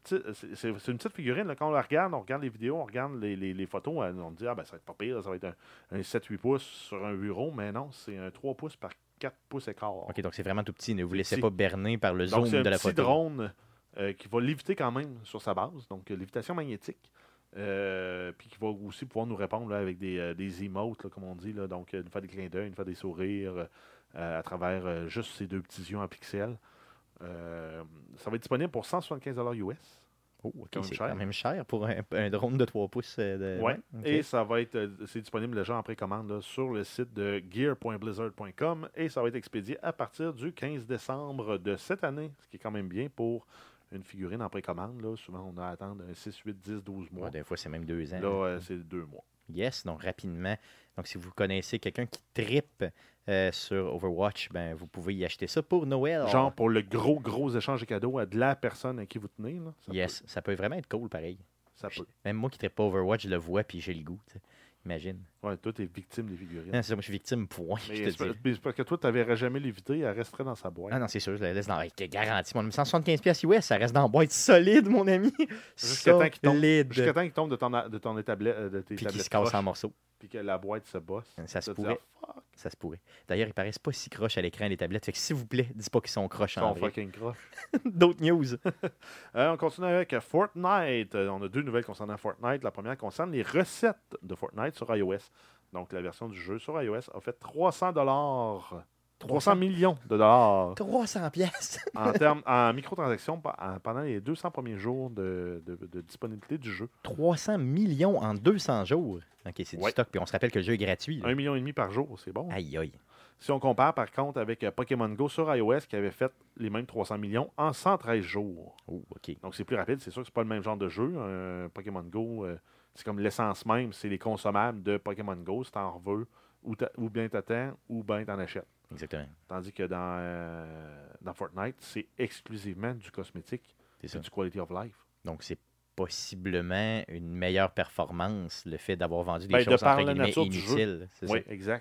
petite figurine. Là. Quand on regarde les vidéos, on regarde les photos, on se dit, ça va être pas pire, ça va être un 7-8 pouces sur un bureau, mais non, c'est un 3 pouces par 4 pouces et quart. OK, donc c'est vraiment tout petit. Ne vous laissez pas berner par le zoom de la photo. C'est un petit drone qui va léviter quand même sur sa base, donc lévitation magnétique. Puis qui va aussi pouvoir nous répondre là, avec des emotes, là, comme on dit, là, donc nous faire des clins d'œil, nous faire des sourires à travers juste ces 2 petits yeux en pixels. Ça va être disponible pour 175 $ US. Oh, okay, c'est quand même cher pour un drone de 3 pouces. Oui, et ça va être c'est disponible déjà en précommande là, sur le site de gear.blizzard.com et ça va être expédié à partir du 15 décembre de cette année, ce qui est quand même bien pour une figurine en précommande. Là. Souvent, on a à attendre 6, 8, 10, 12 mois. Ouais, des fois, c'est même 2 ans. Là, c'est 2 mois. Yes, donc rapidement. Donc, si vous connaissez quelqu'un qui trippe sur Overwatch, ben, vous pouvez y acheter ça pour Noël. Genre pour le gros échange de cadeaux à de la personne à qui vous tenez. Là, ça peut vraiment être cool, pareil. Ça peut. Même moi qui ne trippe pas Overwatch, je le vois puis j'ai le goût. T'sais. Imagine. Ouais, toi, tu es victime des figurines. Non, c'est ça, moi, je suis victime, point. Mais c'est parce que toi, tu n'avais jamais l'évité, elle resterait dans sa boîte. Ah non, c'est sûr, je la laisse dans la garantie. Mon 175$ US, ça reste dans la boîte solide, mon ami. Jusqu'à temps qu'il tombe de ton tablette. De tes puis qu'il se casse en morceaux. Puis que la boîte se bosse. Ça se pourrait. Ça se pourrait. D'ailleurs, ils paraissent pas si croches à l'écran des tablettes. Fait que s'il vous plaît, dis pas qu'ils sont croches en vrai. Ils sont fucking croches. D'autres news. On continue avec Fortnite. On a 2 nouvelles concernant Fortnite. La première concerne les recettes de Fortnite sur iOS. Donc, la version du jeu sur iOS a fait 300 millions de dollars. 300 pièces. en microtransactions pendant les 200 premiers jours de disponibilité du jeu. 300 millions en 200 jours. OK, c'est du stock. Puis on se rappelle que le jeu est gratuit. 1,5 million par jour, c'est bon. Aïe, aïe. Si on compare, par contre, avec Pokémon Go sur iOS, qui avait fait les mêmes 300 millions en 113 jours. Oh, OK. Donc, c'est plus rapide. C'est sûr que c'est pas le même genre de jeu. Pokémon Go, c'est comme l'essence même. C'est les consommables de Pokémon Go. Si t'en veux, ou bien t'attends, ou bien t'en achètes. Exactement. Tandis que dans Fortnite, c'est exclusivement du cosmétique. C'est du quality of life. Donc, c'est possiblement une meilleure performance, le fait d'avoir vendu des choses entre guillemets inutiles. Oui, exact.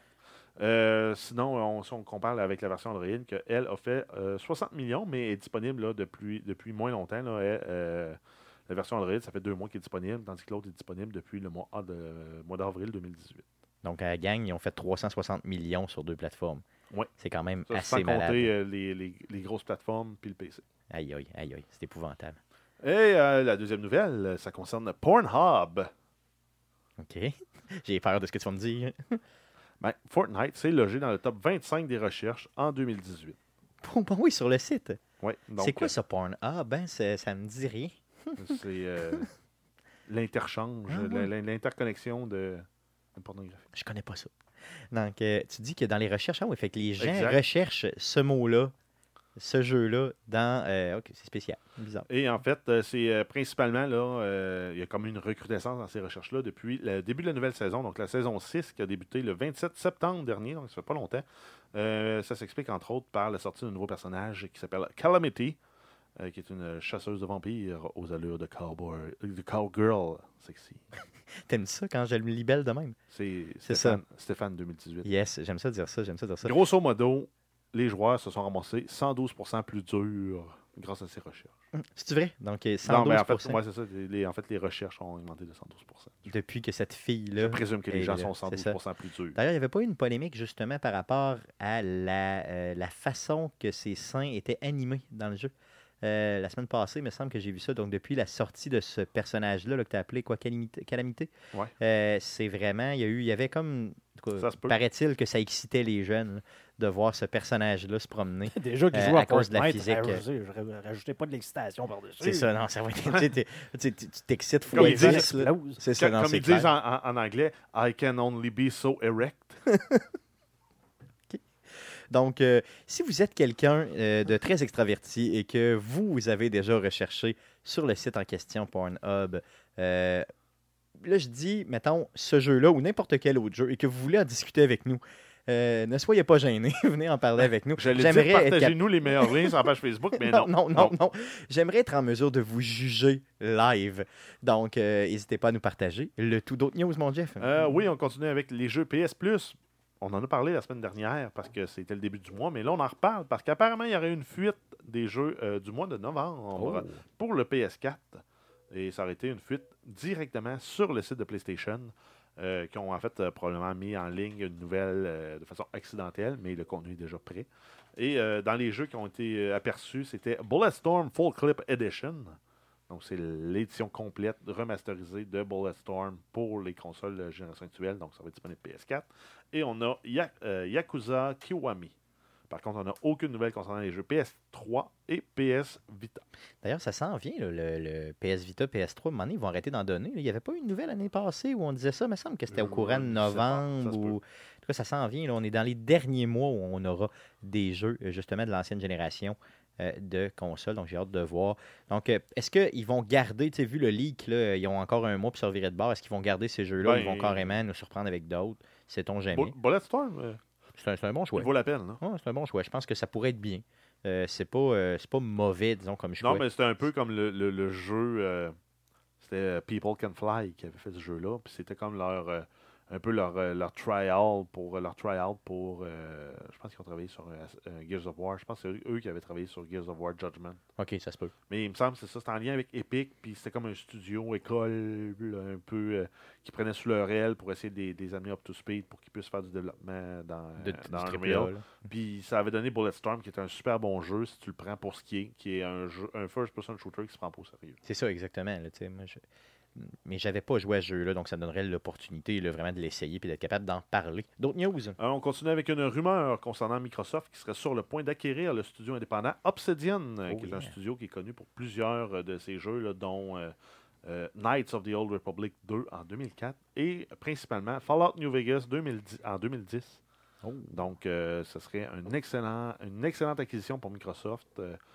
Sinon, si on compare avec la version Android, qu'elle a fait 60 millions, mais est disponible là, depuis moins longtemps. Là, la version Android, ça fait 2 mois qu'elle est disponible, tandis que l'autre est disponible depuis le mois d'avril 2018. Donc, à la gang, ils ont fait 360 millions sur 2 plateformes. Oui. C'est quand même ça, assez malade. Sans compter les grosses plateformes puis le PC. Aïe, aïe, aïe, aïe. C'est épouvantable. Et la deuxième nouvelle, ça concerne Pornhub. OK. J'ai peur de ce que tu vas me dire. Ben, Fortnite s'est logé dans le top 25 des recherches en 2018. Bon, oui, sur le site. Oui. C'est quoi ça, Pornhub? Ben, ça me dit rien. C'est l'interchange, l'interconnexion de pornographie. Je connais pas ça. Donc, tu dis que dans les recherches, oui, fait que les gens recherchent ce mot-là, ce jeu-là, dans... OK, c'est spécial, bizarre. Et en fait, c'est principalement, là, il y a comme une recrudescence dans ces recherches-là depuis le début de la nouvelle saison, donc la saison 6 qui a débuté le 27 septembre dernier, donc ça fait pas longtemps. Ça s'explique entre autres par la sortie d'un nouveau personnage qui s'appelle Calamity, qui est une chasseuse de vampires aux allures de cowgirl sexy. T'aimes ça quand je me libelle de même? C'est Stéphane 2018. Yes, j'aime ça dire ça, Grosso modo, les joueurs se sont ramassés 112% plus durs grâce à ces recherches. C'est vrai? Donc, 112%. Non, mais en fait, moi, c'est ça. Les recherches ont augmenté de 112%. Depuis que cette fille-là... Je présume que les gens sont 112% plus durs. D'ailleurs, il n'y avait pas eu une polémique, justement, par rapport à la façon que ces seins étaient animés dans le jeu. La semaine passée, il me semble que j'ai vu ça. Donc, depuis la sortie de ce personnage-là, que tu as appelé quoi, Calamité, c'est vraiment... Il y avait comme... Paraît-il que ça excitait les jeunes là, de voir ce personnage-là se promener. Déjà qu'ils jouent à cause de la physique. Rajoutez pas de l'excitation par-dessus. C'est ça, non, ça va être... tu t'excites fou. Comme ils disent, c'est ça, non, comme ils disent en anglais, « I can only be so erect ». Donc, si vous êtes quelqu'un de très extraverti et que vous avez déjà recherché sur le site en question, Pornhub, là, je dis, mettons, ce jeu-là ou n'importe quel autre jeu et que vous voulez en discuter avec nous, ne soyez pas gênés, venez en parler avec nous. J'aimerais partagez-nous les meilleurs liens sur la page Facebook, mais non. J'aimerais être en mesure de vous juger live. Donc, n'hésitez pas à nous partager. Le tout d'autres news, mon Jeff. Oui, on continue avec les jeux PS Plus. On en a parlé la semaine dernière parce que c'était le début du mois, mais là, on en reparle parce qu'apparemment, il y aurait une fuite des jeux du mois de novembre pour le PS4. Et ça aurait été une fuite directement sur le site de PlayStation qui ont en fait probablement mis en ligne une nouvelle de façon accidentelle, mais le contenu est déjà prêt. Et dans les jeux qui ont été aperçus, c'était Bulletstorm Full Clip Edition. Donc, c'est l'édition complète remasterisée de Bulletstorm pour les consoles génération actuelle. Donc, ça va être disponible PS4. Et on a Yakuza Kiwami. Par contre, on n'a aucune nouvelle concernant les jeux PS3 et PS Vita. D'ailleurs, ça s'en vient, là, le PS Vita, PS3. À un moment donné, ils vont arrêter d'en donner. Il n'y avait pas une nouvelle l'année passée où on disait ça. Il me semble que c'était au courant de novembre. En tout cas, ça s'en vient. Là, on est dans les derniers mois où on aura des jeux, justement, de l'ancienne génération de consoles. Donc, j'ai hâte de voir. Donc, est-ce qu'ils vont garder, tu sais, vu le leak, là, ils ont encore un mois pour se revirer de bord. Est-ce qu'ils vont garder ces jeux-là? Ils vont carrément nous surprendre avec d'autres. Sait-on jamais. Bulletstorm, c'est un bon choix. Il vaut la peine, non? Ouais, c'est un bon choix. Je pense que ça pourrait être bien. C'est pas mauvais, disons, comme choix. Non, mais c'était un peu comme le jeu... c'était People Can Fly qui avait fait ce jeu-là. Puis c'était comme un peu leur try-out pour... je pense qu'ils ont travaillé sur Gears of War. Je pense que c'est eux qui avaient travaillé sur Gears of War Judgment. OK, ça se peut. Mais il me semble que c'est ça. C'était en lien avec Epic. Puis c'était comme un studio, école, un peu... qui prenait sous leur aile pour essayer de les amener up to speed pour qu'ils puissent faire du développement dans Unreal. Puis ça avait donné Bulletstorm, qui est un super bon jeu si tu le prends pour ce qui est un first-person shooter qui se prend pas au sérieux. C'est ça, exactement. Là, mais j'avais pas joué à ce jeu-là, donc ça donnerait l'opportunité vraiment de l'essayer et d'être capable d'en parler. D'autres news? On continue avec une rumeur concernant Microsoft qui serait sur le point d'acquérir le studio indépendant Obsidian, qui est un studio qui est connu pour plusieurs de ses jeux, là, dont Knights of the Old Republic 2 en 2004 et principalement Fallout New Vegas en 2010. Donc, ce serait une excellente acquisition pour Microsoft.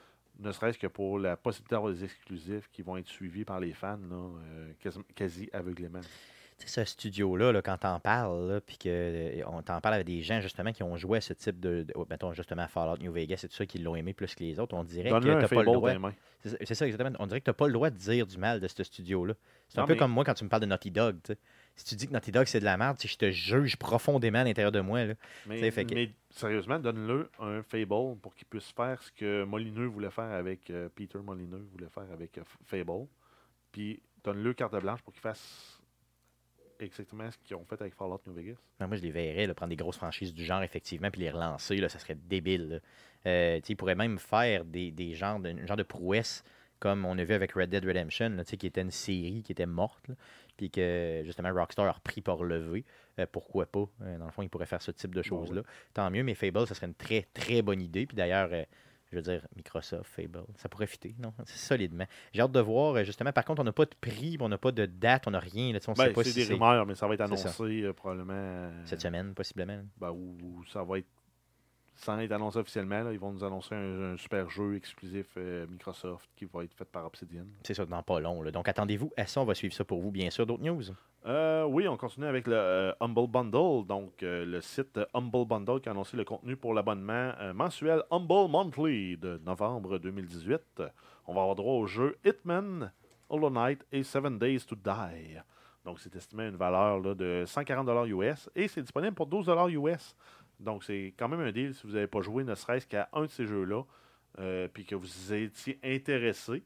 Ne serait-ce que pour la possibilité d'avoir des exclusifs qui vont être suivis par les fans là, quasi aveuglément. Tu sais, ce studio-là, là, quand t'en parles, puis qu'on t'en parle avec des gens justement qui ont joué à ce type mettons justement à Fallout New Vegas et tout ça, qui l'ont aimé plus que les autres, on dirait que t'as pas le droit. C'est ça, exactement. On dirait que t'as pas le droit de dire du mal de ce studio-là. C'est un peu comme moi quand tu me parles de Naughty Dog, tu sais. Si tu dis que Naughty Dog c'est de la merde, je te juge profondément à l'intérieur de moi. Là. Mais sérieusement, donne-le un Fable pour qu'il puisse faire ce que Molineux voulait faire avec Peter Molineux voulait faire avec Fable. Puis donne-le carte blanche pour qu'il fasse exactement ce qu'ils ont fait avec Fallout New Vegas. Non, moi, je les verrais là, prendre des grosses franchises du genre, effectivement, puis les relancer. Là, ça serait débile. Ils pourraient même faire un genre de prouesse comme on a vu avec Red Dead Redemption, là, qui était une série qui était morte, puis que justement Rockstar a repris pour relever. Pourquoi pas? Dans le fond, ils pourraient faire ce type de choses-là. Tant mieux, mais Fable, ça serait une très, très bonne idée. Puis d'ailleurs, je veux dire, Microsoft, Fable, ça pourrait fitter, non? C'est solidement. J'ai hâte de voir, justement. Par contre, on n'a pas de prix, on n'a pas de date, on n'a rien. Là, on sait pas c'est si des rumeurs, mais ça va être annoncé probablement... cette semaine, possiblement. Ou ça va être... Sans être annoncé officiellement, là, ils vont nous annoncer un super jeu exclusif Microsoft qui va être fait par Obsidian. C'est ça, dans pas long. Là. Donc, attendez-vous à ça. On va suivre ça pour vous, bien sûr. D'autres news? Oui, on continue avec le Humble Bundle. Donc, le site Humble Bundle qui a annoncé le contenu pour l'abonnement mensuel Humble Monthly de novembre 2018. On va avoir droit au jeu Hitman, Hollow Knight et 7 Days to Die. Donc, c'est estimé à une valeur là, de 140$ US et c'est disponible pour 12$ US. Donc, c'est quand même un deal si vous n'avez pas joué ne serait-ce qu'à un de ces jeux-là, puis que vous étiez intéressé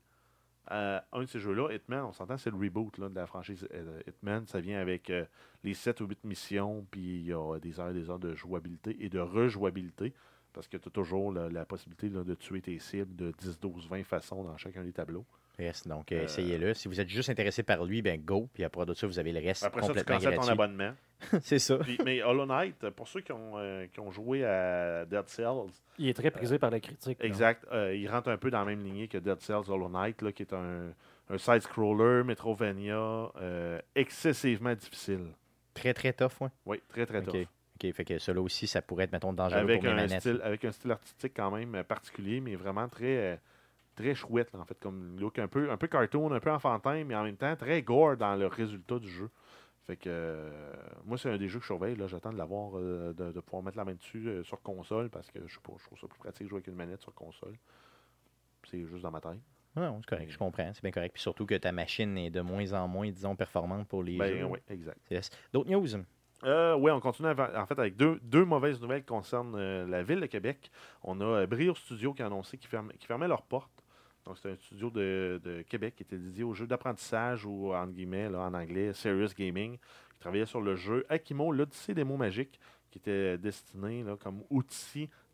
à un de ces jeux-là. Hitman, on s'entend, c'est le reboot là, de la franchise Hitman. Ça vient avec les 7 ou 8 missions, puis il y a des heures et des heures de jouabilité et de rejouabilité, parce que tu as toujours la possibilité là, de tuer tes cibles de 10, 12, 20 façons dans chacun des tableaux. Yes, donc essayez-le. Si vous êtes juste intéressé par lui, ben go. Puis après de ça, vous avez le reste après complètement ça, tu gratuit. ton abonnement. C'est ça. Mais Hollow Knight, pour ceux qui ont joué à Dead Cells... Il est très prisé par la critique. Exact. Il rentre un peu dans la même lignée que Dead Cells Hollow Knight, là, qui est un side-scroller, Metrovania, excessivement difficile. Très, très tough, oui. Oui, très, très tough. OK, fait que cela aussi, ça pourrait être, mettons, dangereux pour mes manettes. Avec un style artistique quand même particulier, mais vraiment très... très chouette, là, en fait, comme look un peu cartoon, un peu enfantin, mais en même temps très gore dans le résultat du jeu. Fait que moi, c'est un des jeux que je surveille. Là, j'attends de l'avoir, de pouvoir mettre la main dessus sur console, parce que je trouve ça plus pratique de jouer avec une manette sur console. C'est juste dans ma tête. Non, c'est correct, je comprends. C'est bien correct. Puis surtout que ta machine est de moins en moins, disons, performante pour les jeux. Oui, exact. D'autres news? Oui, on continue en fait avec deux mauvaises nouvelles qui concernent la ville de Québec. On a Brio Studio qui a annoncé qu'ils fermaient leurs portes. Donc, c'est un studio de Québec qui était dédié aux jeux d'apprentissage ou, entre guillemets, là, en anglais, Serious Gaming, qui travaillait sur le jeu Akimo, l'Odyssée des mots magiques, qui était destiné là, comme outil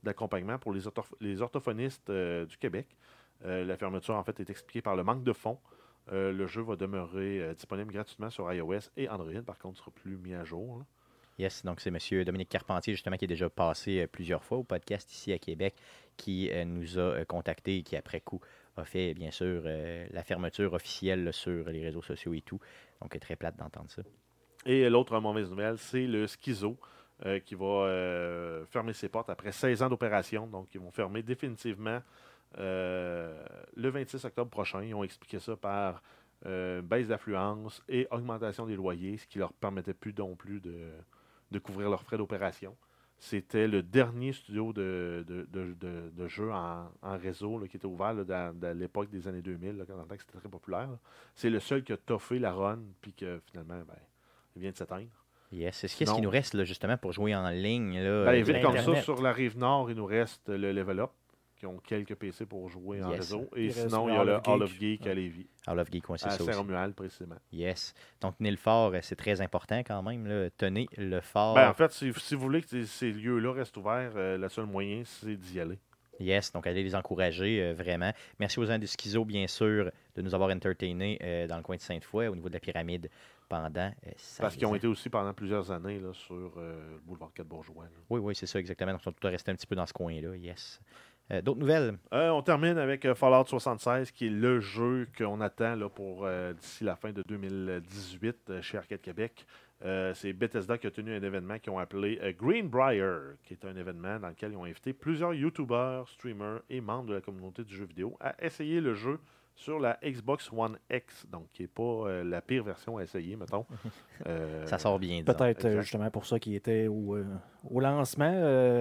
d'accompagnement pour les orthophonistes du Québec. La fermeture, en fait, est expliquée par le manque de fonds. Le jeu va demeurer disponible gratuitement sur iOS et Android. Par contre, il ne sera plus mis à jour. Là. Yes, donc c'est M. Dominique Carpentier, justement, qui est déjà passé plusieurs fois au podcast ici à Québec, qui nous a contactés et qui, après coup, a fait, bien sûr, la fermeture officielle là, sur les réseaux sociaux et tout. Donc, très plate d'entendre ça. Et l'autre mauvaise nouvelle, c'est le Schizo qui va fermer ses portes après 16 ans d'opération. Donc, ils vont fermer définitivement le 26 octobre prochain. Ils ont expliqué ça par baisse d'affluence et augmentation des loyers, ce qui leur permettait plus non plus de couvrir leurs frais d'opération. C'était le dernier studio de jeu en réseau là, qui était ouvert là, dans l'époque des années 2000, là, quand c'était très populaire. Là. C'est le seul qui a toffé la run, puis que finalement, il vient de s'éteindre. Yes. Qu'est-ce qui nous reste là, justement pour jouer en ligne? Vite comme ça, sur la rive nord, il nous reste le Level Up, qui ont quelques PC pour jouer en réseau. Et sinon, il y a le Hall of Geek à Lévis. Hall of Geek, c'est à ça Saint-Romuald, précisément. Yes. Donc, tenez le fort, c'est très important quand même. Là. Tenez le fort. En fait, si vous voulez que ces lieux-là restent ouverts, le seul moyen, c'est d'y aller. Yes, donc allez les encourager, vraiment. Merci aux gens de Schizo, bien sûr, de nous avoir entertainés dans le coin de Sainte-Foy, au niveau de la pyramide, pendant Parce qu'ils ont été aussi pendant plusieurs années là, sur le boulevard 4 Bourgeois. Là. Oui, c'est ça, exactement. Donc, on doit rester un petit peu dans ce coin-là, yes. D'autres nouvelles? On termine avec Fallout 76, qui est le jeu qu'on attend là, pour d'ici la fin de 2018 chez Arcade Québec. C'est Bethesda qui a tenu un événement qu'ils ont appelé Greenbrier, qui est un événement dans lequel ils ont invité plusieurs YouTubers, streamers et membres de la communauté du jeu vidéo à essayer le jeu sur la Xbox One X, donc qui n'est pas la pire version à essayer, mettons. Ça sort bien. Peut-être justement pour ça qu'il était au lancement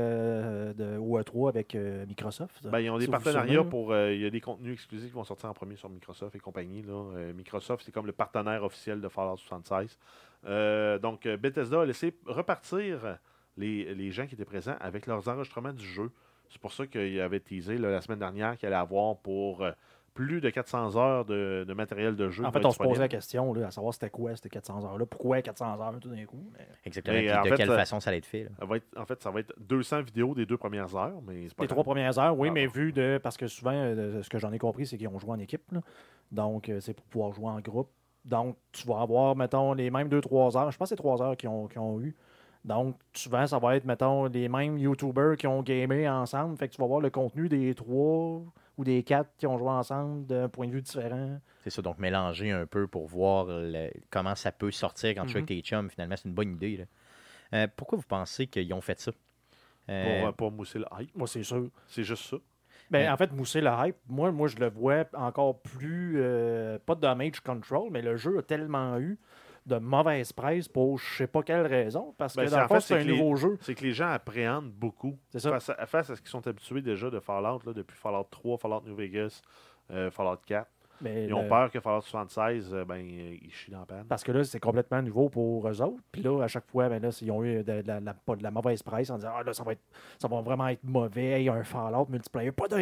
au E3 avec Microsoft. Ils ont des partenariats pour... Il y a des contenus exclusifs qui vont sortir en premier sur Microsoft et compagnie. Là. Microsoft, c'est comme le partenaire officiel de Fallout 76. Donc, Bethesda a laissé repartir les gens qui étaient présents avec leurs enregistrements du jeu. C'est pour ça qu'il avait teasé là, la semaine dernière qu'il allait avoir pour... plus de 400 heures de matériel de jeu. En fait, on se posait la question là, à savoir c'était quoi ces 400 heures-là. Pourquoi 400 heures tout d'un coup? Exactement. Et de quelle façon ça allait être fait? Ça va être 200 vidéos des 2 premières heures. Mais c'est pas les 3 premières heures, oui, mais vu parce que souvent, ce que j'en ai compris, c'est qu'ils ont joué en équipe. Là. Donc, c'est pour pouvoir jouer en groupe. Donc, tu vas avoir, mettons, les mêmes 2-3 heures. Je pense que c'est 3 heures qu'ils ont eu. Donc, souvent, ça va être, mettons, les mêmes YouTubers qui ont gamé ensemble. Fait que tu vas voir le contenu des 3 ou des 4 qui ont joué ensemble d'un point de vue différent. C'est ça, donc mélanger un peu pour voir comment ça peut sortir quand tu joues avec tes chums. Finalement, c'est une bonne idée. Là. Pourquoi vous pensez qu'ils ont fait ça? Pour mousser le hype. Moi, c'est sûr. C'est juste ça. En fait, mousser le hype, moi je le vois encore plus, pas de damage control, mais le jeu a tellement eu de mauvaise presse pour je sais pas quelle raison, parce que dans le fond, c'est un nouveau jeu. C'est que les gens appréhendent beaucoup face à ce qu'ils sont habitués déjà de Fallout, là, depuis Fallout 3, Fallout New Vegas, Fallout 4. Ils ont peur que Fallout 76, ils chient dans la panne. Parce que là, c'est complètement nouveau pour eux autres. Puis là, à chaque fois, là, ils ont eu de la mauvaise presse en disant là, ça va vraiment être mauvais. Il y a un Fallout multiplayer. Pas de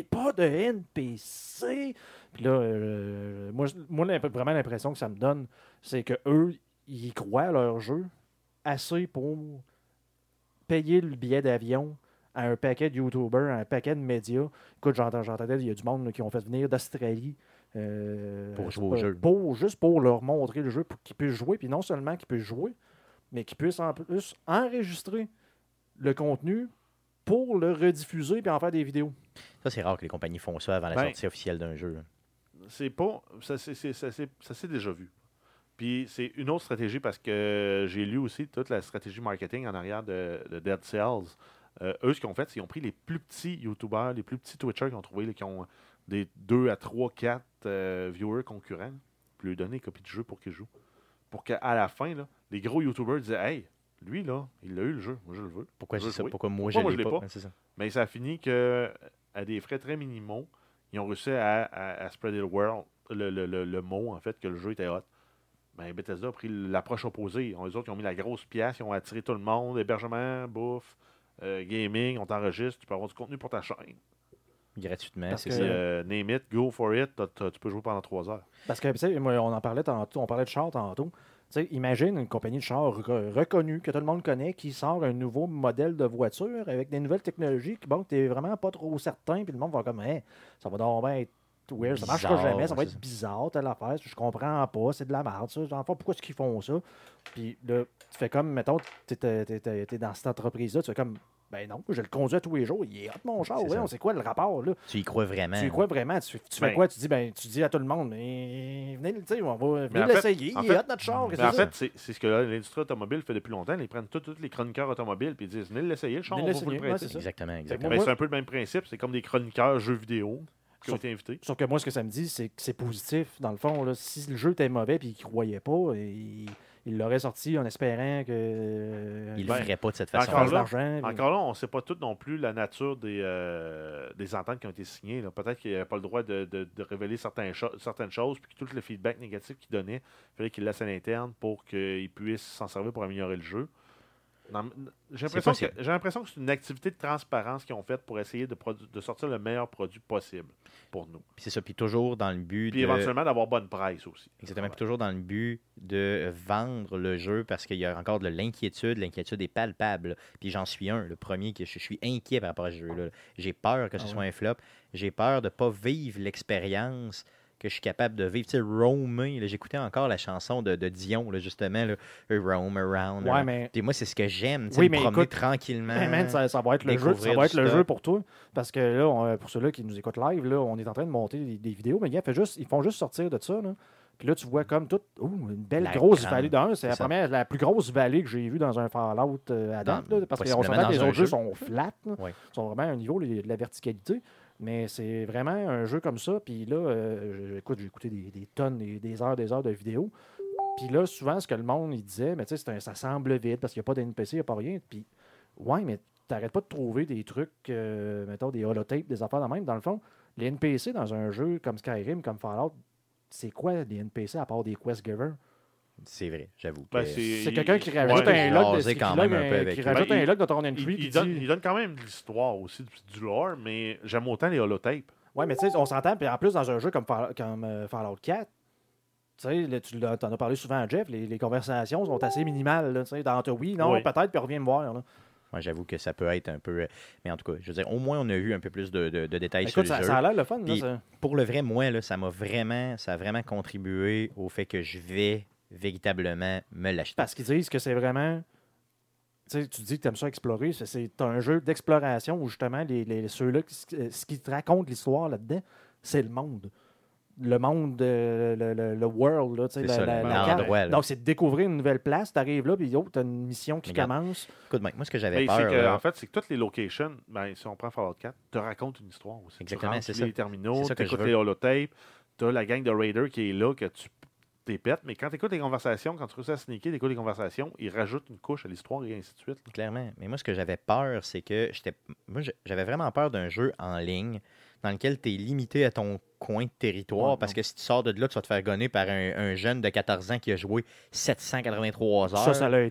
NPC. Puis là, moi, vraiment l'impression que ça me donne, c'est qu'eux, ils croient à leur jeu assez pour payer le billet d'avion à un paquet de YouTubers, à un paquet de médias. Écoute, j'entendais, il y a du monde là, qui ont fait venir d'Australie. Pour jouer au jeu. Juste pour leur montrer le jeu, pour qu'ils puissent jouer. Puis non seulement qu'ils puissent jouer, mais qu'ils puissent en plus enregistrer le contenu pour le rediffuser puis en faire des vidéos. Ça, c'est rare que les compagnies font ça avant la sortie officielle d'un jeu. C'est pas... Ça s'est déjà vu. Puis c'est une autre stratégie parce que j'ai lu aussi toute la stratégie marketing en arrière de Dead Cells. Eux, ce qu'ils ont fait, c'est qu'ils ont pris les plus petits YouTubers, les plus petits Twitchers qu'ils ont trouvés, là, qui ont des 2 à 3, 4 viewers concurrents, puis lui donner une copie de jeu pour qu'ils jouent. Pour qu'à la fin, là, les gros YouTubers disaient « Hey, lui, là, il a eu le jeu, moi je le veux. » Pourquoi c'est ça? Pourquoi moi je l'ai pas? C'est ça. Mais ça a fini qu'à des frais très minimaux, ils ont réussi à spreader le mot, en fait, que le jeu était hot. Bethesda a pris l'approche opposée. Les autres, ils ont mis la grosse pièce, ils ont attiré tout le monde, hébergement, bouffe, gaming, on t'enregistre, tu peux avoir du contenu pour ta chaîne. Gratuitement, c'est ça. Name it, go for it, tu peux jouer pendant 3 heures. Parce que, tu sais, on en parlait tantôt, on parlait de char tantôt. sais, imagine une compagnie de char reconnue, que tout le monde connaît, qui sort un nouveau modèle de voiture avec des nouvelles technologies qui, bon, t'es vraiment pas trop certain, puis le monde va comme, hey, ça va donc bien être weird, ça marchera jamais, ça va être bizarre, telle affaire, je comprends pas, c'est de la merde, ça. Enfin, pourquoi est-ce qu'ils font ça? Puis là, tu fais comme, mettons, t'es dans cette entreprise-là, tu fais comme, ben non, je le conduis tous les jours. Il est hot, mon char. Ouais, on sait quoi le rapport, là? Tu y crois vraiment. Tu y crois vraiment. Tu fais quoi? Tu dis à tout le monde, mais venez, on va venir l'essayer. Il est hot, notre char. Mais en fait, c'est ce que l'industrie automobile fait depuis longtemps. Ils prennent tous les chroniqueurs automobiles et ils disent, venez l'essayer, le char, on va vous le prêter. Exactement. Ben, c'est un peu le même principe. C'est comme des chroniqueurs jeux vidéo qui ont été invités. Sauf que moi, ce que ça me dit, c'est que c'est positif. Dans le fond, là, si le jeu était mauvais et qu'ils ne croyaient pas, il l'aurait sorti en espérant que. Il ne le ferait pas de cette façon. Encore là, on ne sait pas tout non plus la nature des ententes qui ont été signées. Peut-être qu'il n'avait pas le droit de révéler certaines choses, puis que tout le feedback négatif qu'il donnait, il fallait qu'il le laisse à l'interne pour qu'il puisse s'en servir pour améliorer le jeu. J'ai l'impression que c'est une activité de transparence qu'ils ont faite pour essayer de sortir le meilleur produit possible pour nous. Puis c'est ça, puis toujours dans le but puis éventuellement d'avoir bonne presse aussi. Exactement, puis toujours dans le but de vendre le jeu parce qu'il y a encore de l'inquiétude. L'inquiétude est palpable. Puis j'en suis le premier que je suis inquiet par rapport à ce jeu-là. J'ai peur que ce soit un flop. J'ai peur de ne pas vivre l'expérience que je suis capable de vivre. Tu sais, roamer, j'écoutais encore la chanson de Dion, là, justement, là, Roam Around. Ouais, mais... Et moi, c'est ce que j'aime, me promener tranquillement. Man, ça va être le jeu, ça va être le jeu pour toi. Parce que là, pour ceux-là qui nous écoutent live, là, on est en train de monter des vidéos, mais ils font juste sortir de ça. Là. Puis là, tu vois comme une belle grosse vallée d'un. C'est la plus grosse vallée que j'ai vue dans un Fallout à date. Parce qu'on s'entend que les autres jeux sont flats. Ils sont vraiment à un niveau de la verticalité. Mais c'est vraiment un jeu comme ça. Puis là, j'ai écouté des tonnes, des heures de vidéos. Puis là, souvent, ce que le monde il disait, mais tu sais, ça semble vide parce qu'il n'y a pas d'NPC, il n'y a pas rien. Puis, ouais, mais t'arrêtes pas de trouver des trucs, mettons, des holotapes, des affaires de même. Dans le fond, les NPC dans un jeu comme Skyrim, comme Fallout, c'est quoi les NPC à part des quest givers? C'est vrai, j'avoue. C'est quelqu'un qui rajoute un log de ton entry. Il donne quand même de l'histoire aussi, du lore, mais j'aime autant les holotapes. Oui, mais tu sais, on s'entend. Puis en plus, dans un jeu comme Fallout 4, tu sais, tu en as parlé souvent à Jeff, les conversations sont assez minimales. Là, dans oui, non, peut-être, puis reviens me voir. Là. Moi, j'avoue que ça peut être un peu... Mais en tout cas, je veux dire, au moins, on a eu un peu plus de détails sur le jeu. Ça a l'air le fun. Là, ça. Pour le vrai, moi, là, ça a vraiment contribué au fait que je vais véritablement me l'acheter. Parce qu'ils disent que c'est vraiment... Tu dis que tu aimes ça explorer. C'est un jeu d'exploration où, justement, ceux-là, ce qui te raconte l'histoire là-dedans, c'est le monde. Le monde, le world, là, l'endroit. Donc, c'est de découvrir une nouvelle place. Tu arrives là, puis tu as une mission qui commence. Écoute, Mike, moi, ce que j'avais peur... En fait, c'est que toutes les locations, si on prend Fallout 4, te racontent une histoire aussi. Exactement, c'est ça. Les terminaux, tu écoutes les holotapes, tu as la gang de raiders qui est là, que tu t'épètes. Mais quand tu écoutes les conversations, quand tu réussis à sneaker, tu écoutes les conversations, ils rajoutent une couche à l'histoire et ainsi de suite. Là. Clairement. Mais moi, ce que j'avais peur, c'est que j'avais vraiment peur d'un jeu en ligne dans lequel tu es limité à ton coin de territoire, parce que si tu sors de là, tu vas te faire gonner par un jeune de 14 ans qui a joué 783 heures. Ça a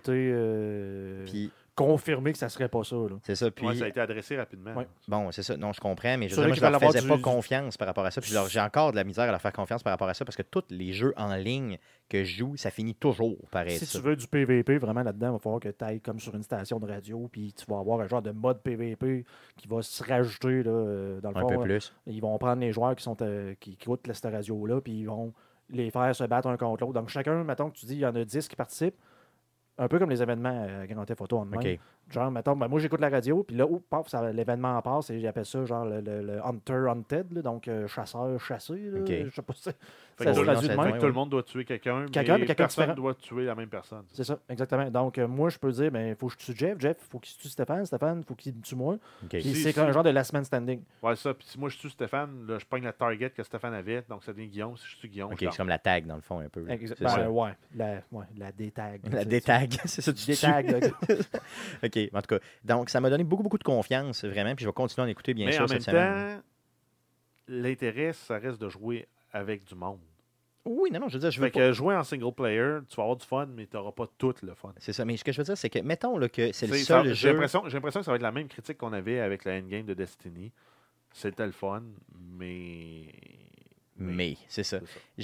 été confirmé que ça serait pas ça. Là. C'est ça. Puis, ça a été adressé rapidement. Ouais. Bon, c'est ça. Non, je comprends, mais je leur faisais pas confiance par rapport à ça. Puis j'ai encore de la misère à leur faire confiance par rapport à ça, parce que tous les jeux en ligne que je joue, ça finit toujours par être Si tu veux du PVP, vraiment là-dedans, il va falloir que tu ailles comme sur une station de radio, puis tu vas avoir un genre de mode PVP qui va se rajouter là, dans le fond. Un peu plus. Ils vont prendre les joueurs qui écoutent cette radio-là, puis ils vont les faire se battre un contre l'autre. Donc chacun, mettons que tu dis, il y en a 10 qui participent, un peu comme les événements Grand Theft Auto en Okay. Genre, mettons, moi j'écoute la radio, puis là, l'événement passe, et j'appelle ça genre le Hunter Hunted, là, donc chasseur chassé. Là, okay. Je sais pas si ça se traduit de même. Tout le monde doit tuer quelqu'un, mais personne doit tuer la même personne. C'est ça, exactement. Donc, moi, je peux dire, il faut que je tue Jeff, il faut qu'il tue Stéphane, il faut qu'il me tue moi. Okay. Puis c'est un genre de last man standing. Ouais, ça. Puis si moi je tue Stéphane, là, je pogne la target que Stéphane avait, donc ça devient Guillaume. Si je tue Guillaume, c'est comme la tag, dans le fond, un peu. Ouais, la D-tag. La D-tag, c'est ça, tu D-tag. OK, en tout cas. Donc, ça m'a donné beaucoup de confiance, vraiment, puis je vais continuer à en écouter, bien sûr, cette semaine. Mais en même temps, l'intérêt, ça reste de jouer avec du monde. Oui, non, je veux dire, je veux que jouer en single player, tu vas avoir du fun, mais tu n'auras pas tout le fun. C'est ça, mais ce que je veux dire, c'est que, mettons là, que c'est le seul jeu... J'ai l'impression que ça va être la même critique qu'on avait avec la endgame de Destiny. C'était le fun, mais c'est ça. J'ai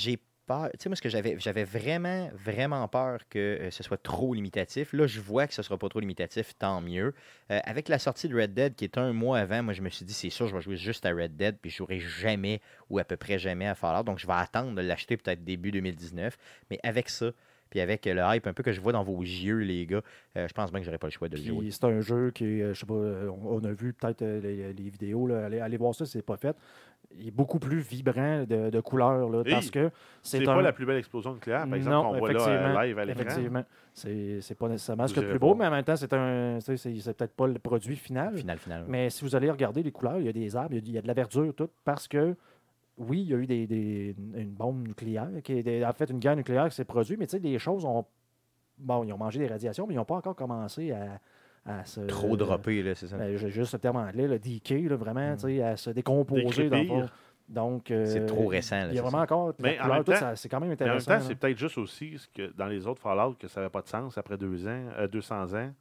peur. Tu sais, moi, ce que j'avais vraiment, vraiment peur que ce soit trop limitatif. Là, je vois que ce ne sera pas trop limitatif, tant mieux. Avec la sortie de Red Dead, qui est un mois avant, moi, je me suis dit, c'est sûr, je vais jouer juste à Red Dead, puis je jouerai jamais ou à peu près jamais à Fallout. Donc, je vais attendre de l'acheter peut-être début 2019. Mais avec ça, puis avec le hype un peu que je vois dans vos yeux, les gars, je pense bien que j'aurais pas le choix de le jouer. C'est un jeu qui, je sais pas, on a vu peut-être les vidéos, là, allez voir ça si c'est pas fait. Il est beaucoup plus vibrant de couleurs, là, parce que c'est pas la plus belle explosion nucléaire, par exemple, qu'on voit là live à l'écran. Effectivement. C'est pas nécessairement ce qu'il y a de plus beau, mais en même temps, c'est peut-être pas le produit final. Final. Mais si vous allez regarder les couleurs, il y a des arbres, il y a de la verdure, tout, parce que oui, il y a eu une bombe nucléaire, en fait, une guerre nucléaire qui s'est produite, mais tu sais, les choses ont... Bon, ils ont mangé des radiations, mais ils n'ont pas encore commencé à se... Trop dropper, là, c'est ça. J'ai juste ce terme anglais, le decay, là, vraiment, tu sais, à se décomposer dans le fond. Donc, c'est trop récent. Là, il y a vraiment encore... Mais en même temps, c'est quand même intéressant. Mais en même temps, c'est peut-être juste aussi que dans les autres Fallout que ça n'avait pas de sens après 200 ans,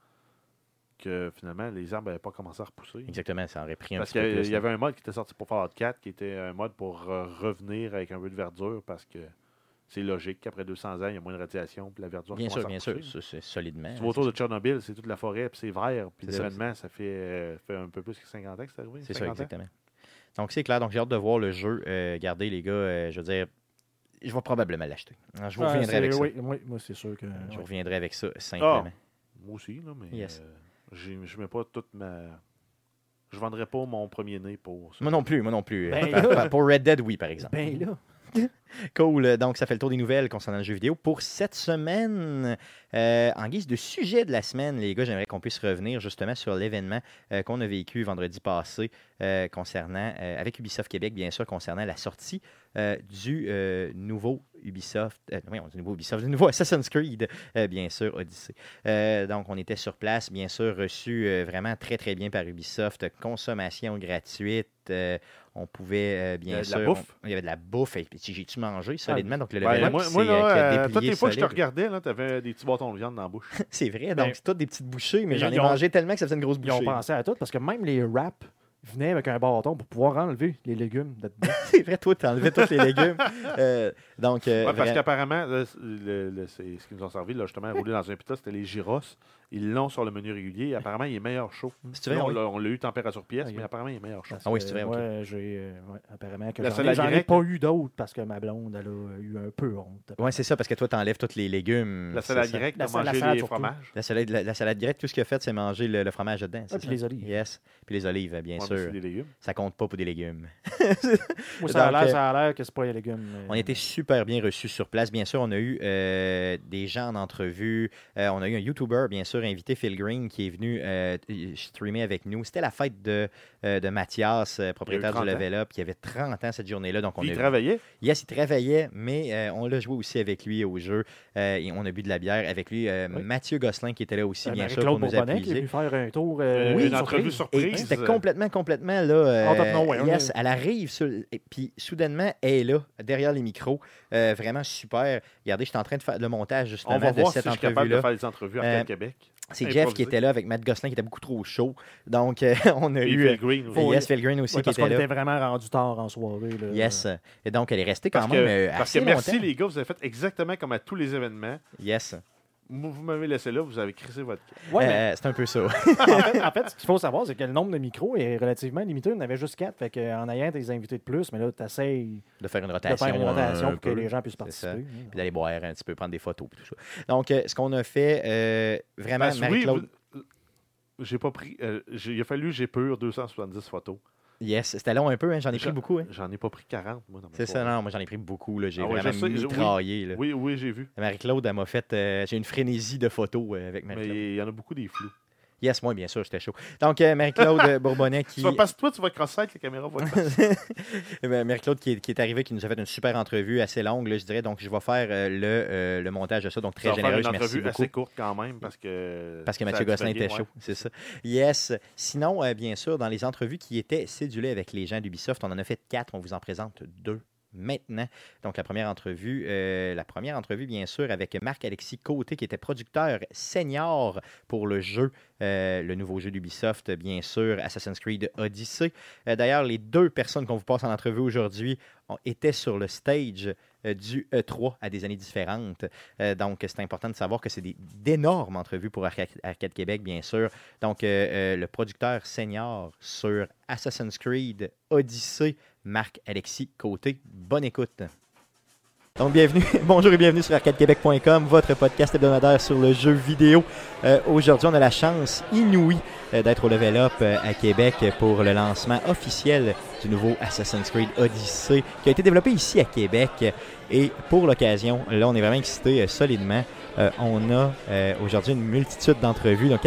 que finalement, les arbres n'avaient pas commencé à repousser. Exactement, ça aurait pris un parce petit peu plus. Parce qu'il y avait un mode qui était sorti pour Fallout 4 qui était un mode pour revenir avec un peu de verdure parce que c'est logique qu'après 200 ans, il y a moins de radiation puis la verdure bien sûr, c'est solidement. Tu vas autour de Tchernobyl, c'est toute la forêt puis c'est vert. Puis l'événement, ça fait un peu plus que 50 ans que c'est arrivé. C'est ça, exactement. Donc, c'est clair. Donc, j'ai hâte de voir le jeu. Regardez, les gars, je veux dire, je vais probablement l'acheter. Je vous reviendrai avec ça. Oui, moi, c'est sûr que... Je reviendrai avec ça, simplement. Moi aussi, là, mais... Yes. Je mets pas toute ma... Je vendrais pas mon premier-né pour ça. Moi non plus. Ben pour Red Dead, oui, par exemple. Ben là... Cool. Donc, ça fait le tour des nouvelles concernant le jeu vidéo. Pour cette semaine, en guise de sujet de la semaine, les gars, j'aimerais qu'on puisse revenir justement sur l'événement qu'on a vécu vendredi passé concernant, avec Ubisoft Québec, bien sûr, concernant la sortie du nouveau Ubisoft, du nouveau Assassin's Creed, bien sûr, Odyssey. Donc, on était sur place, bien sûr, reçu vraiment très, très bien par Ubisoft. Consommation gratuite. On pouvait, bien sûr... Il y avait de la bouffe. J'ai-tu mangé solidement? Donc, le level up, moi là, toutes les fois que je te regardais, tu avais des petits bâtons de viande dans la bouche. C'est vrai, donc c'est toutes des petites bouchées, mais j'en ai mangé tellement que ça faisait une grosse bouchée. Ils ont pensé à tout, parce que même les wraps venaient avec un bâton pour pouvoir enlever les légumes dedans. C'est vrai, toi, tu enlevais tous les légumes. Parce qu'apparemment, ce qu'ils nous ont servi, là, justement, rouler dans un pita, c'était les gyros. Ils l'ont sur le menu régulier. Et apparemment, il est meilleur chaud. On l'a eu température pièce, mais apparemment, il est meilleur chaud. Ah oui, c'est vrai. Apparemment que j'en ai pas eu d'autres parce que ma blonde, elle a eu un peu honte. Oui, c'est ça, parce que toi, tu enlèves tous les légumes. La salade grecque, tu as mangé les fromages. La salade grecque, tout ce qu'il a fait, c'est manger le fromage dedans. Puis les olives. Yes. Puis les olives, bien sûr. Des légumes. Ça compte pas pour des légumes. Moi, ça a l'air que c'est pas les légumes. On a été super bien reçus sur place. Bien sûr, on a eu des gens en entrevue. On a eu un YouTuber, bien sûr, invité, Phil Green, qui est venu streamer avec nous. C'était la fête de Mathias, propriétaire du Level Up, qui avait 30 ans cette journée-là. Donc il travaillait? Yes, il travaillait, mais on l'a joué aussi avec lui au jeu. Et on a bu de la bière avec lui. Mathieu Gosselin, qui était là aussi, bien sûr, pour nous appuyer. Qui est venu faire un tour. Une entrevue surprise. C'était complètement là. Yes, elle arrive, puis soudainement, elle est là, derrière les micros. Vraiment super. Regardez, je suis en train de faire le montage justement de cette entrevue-là. On va voir si je suis capable de faire les entrevues à Québec. C'est Jeff qui était là avec Matt Gosselin qui était beaucoup trop chaud. Donc, on a eu... Phil Green aussi. Yes, Phil Green aussi qui était là. Parce qu'on était vraiment rendu tard en soirée. Là. Yes. Et donc, elle est restée quand même assez longtemps. Merci les gars, vous avez fait exactement comme à tous les événements. Yes. Vous m'avez laissé là, vous avez crissé votre... c'est un peu ça. en fait, ce qu'il faut savoir, c'est que le nombre de micros est relativement limité. On avait juste 4. Fait qu'en ayant des invités de plus, mais là, tu essaies de faire une rotation pour que les gens puissent participer. Puis d'aller boire un petit peu, prendre des photos. Tout ça. Donc, ce qu'on a fait, vraiment, Marie-Claude... J'ai pas pris... il a fallu j'ai pur 270 photos. Yes, c'était long un peu, hein? J'en ai pris beaucoup. Hein? J'en ai pas pris 40, moi. C'est ça, non, moi j'en ai pris beaucoup. Là. J'ai vraiment mitraillé. Là. Oui, j'ai vu. Marie-Claude, elle m'a fait... j'ai une frénésie de photos avec Marie-Claude. Mais il y en a beaucoup des flous. Yes, moi, bien sûr, j'étais chaud. Donc, Marie-Claude Bourbonnais qui... Parce que toi, tu vas cross-site, la caméra va te Marie-Claude qui est arrivée, qui nous a fait une super entrevue assez longue, là, je dirais. Donc, je vais faire le montage de ça. Donc, très généreuse, merci beaucoup. Une entrevue assez courte quand même, parce que Mathieu Gosselin était chaud, c'est ça. Yes. Sinon, bien sûr, dans les entrevues qui étaient cédulées avec les gens d'Ubisoft, on en a fait 4. On vous en présente 2 maintenant. Donc, la première entrevue, bien sûr, avec Marc-Alexis Côté, qui était producteur senior pour le jeu, le nouveau jeu d'Ubisoft, bien sûr, Assassin's Creed Odyssey. D'ailleurs, les 2 personnes qu'on vous passe en entrevue aujourd'hui étaient sur le stage du E3 à des années différentes. Donc, c'est important de savoir que c'est d'énormes entrevues pour Arcade Québec, bien sûr. Donc, le producteur senior sur Assassin's Creed Odyssey, Marc-Alexis Côté. Bonne écoute. Donc, bonjour et bienvenue sur arcadequebec.com, votre podcast hebdomadaire sur le jeu vidéo. Aujourd'hui, on a la chance inouïe d'être au Level Up à Québec pour le lancement officiel du nouveau Assassin's Creed Odyssey qui a été développé ici à Québec. Et pour l'occasion, là, on est vraiment excités solidement. On a aujourd'hui une multitude d'entrevues, donc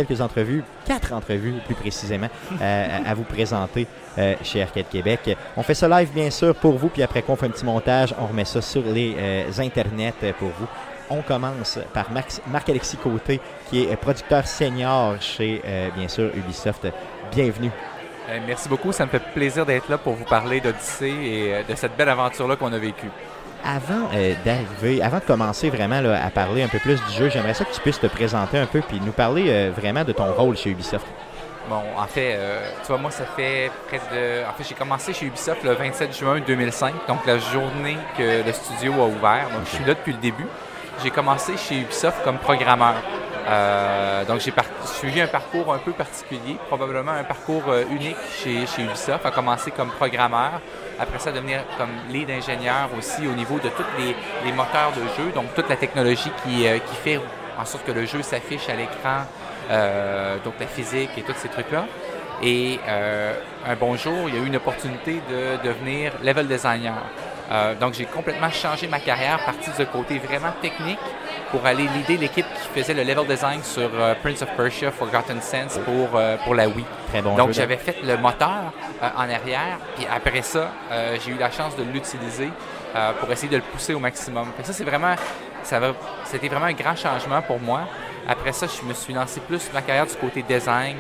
4 entrevues plus précisément, à vous présenter chez Arcade Québec. On fait ça live, bien sûr, pour vous, puis après qu'on fait un petit montage, on remet ça sur les internets pour vous. On commence par Marc-Alexis Côté, qui est producteur senior chez, bien sûr, Ubisoft. Bienvenue. Merci beaucoup, ça me fait plaisir d'être là pour vous parler d'Odyssey et de cette belle aventure-là qu'on a vécue. Avant de commencer vraiment là, à parler un peu plus du jeu, j'aimerais ça que tu puisses te présenter un peu puis nous parler vraiment de ton rôle chez Ubisoft. Bon, en fait, tu vois, moi, ça fait près de... En fait, j'ai commencé chez Ubisoft le 27 juin 2005, donc la journée que le studio a ouvert. Donc, je suis là depuis le début. J'ai commencé chez Ubisoft comme programmeur. Donc, j'ai suivi un parcours un peu particulier, probablement un parcours unique chez Ubisoft. J'ai commencé comme programmeur, après ça devenir comme lead ingénieur aussi au niveau de tous les moteurs de jeu, donc toute la technologie qui fait en sorte que le jeu s'affiche à l'écran, donc la physique et tous ces trucs-là. Et un bon jour, il y a eu une opportunité de devenir level designer. Donc, j'ai complètement changé ma carrière, parti de ce côté vraiment technique pour aller leader l'équipe qui faisait le level design sur Prince of Persia, Forgotten Sands pour la Wii. Très bon. Donc, j'avais fait le moteur en arrière, puis après ça, j'ai eu la chance de l'utiliser pour essayer de le pousser au maximum. Fait que ça, c'était vraiment un grand changement pour moi. Après ça, je me suis lancé plus ma carrière du côté design,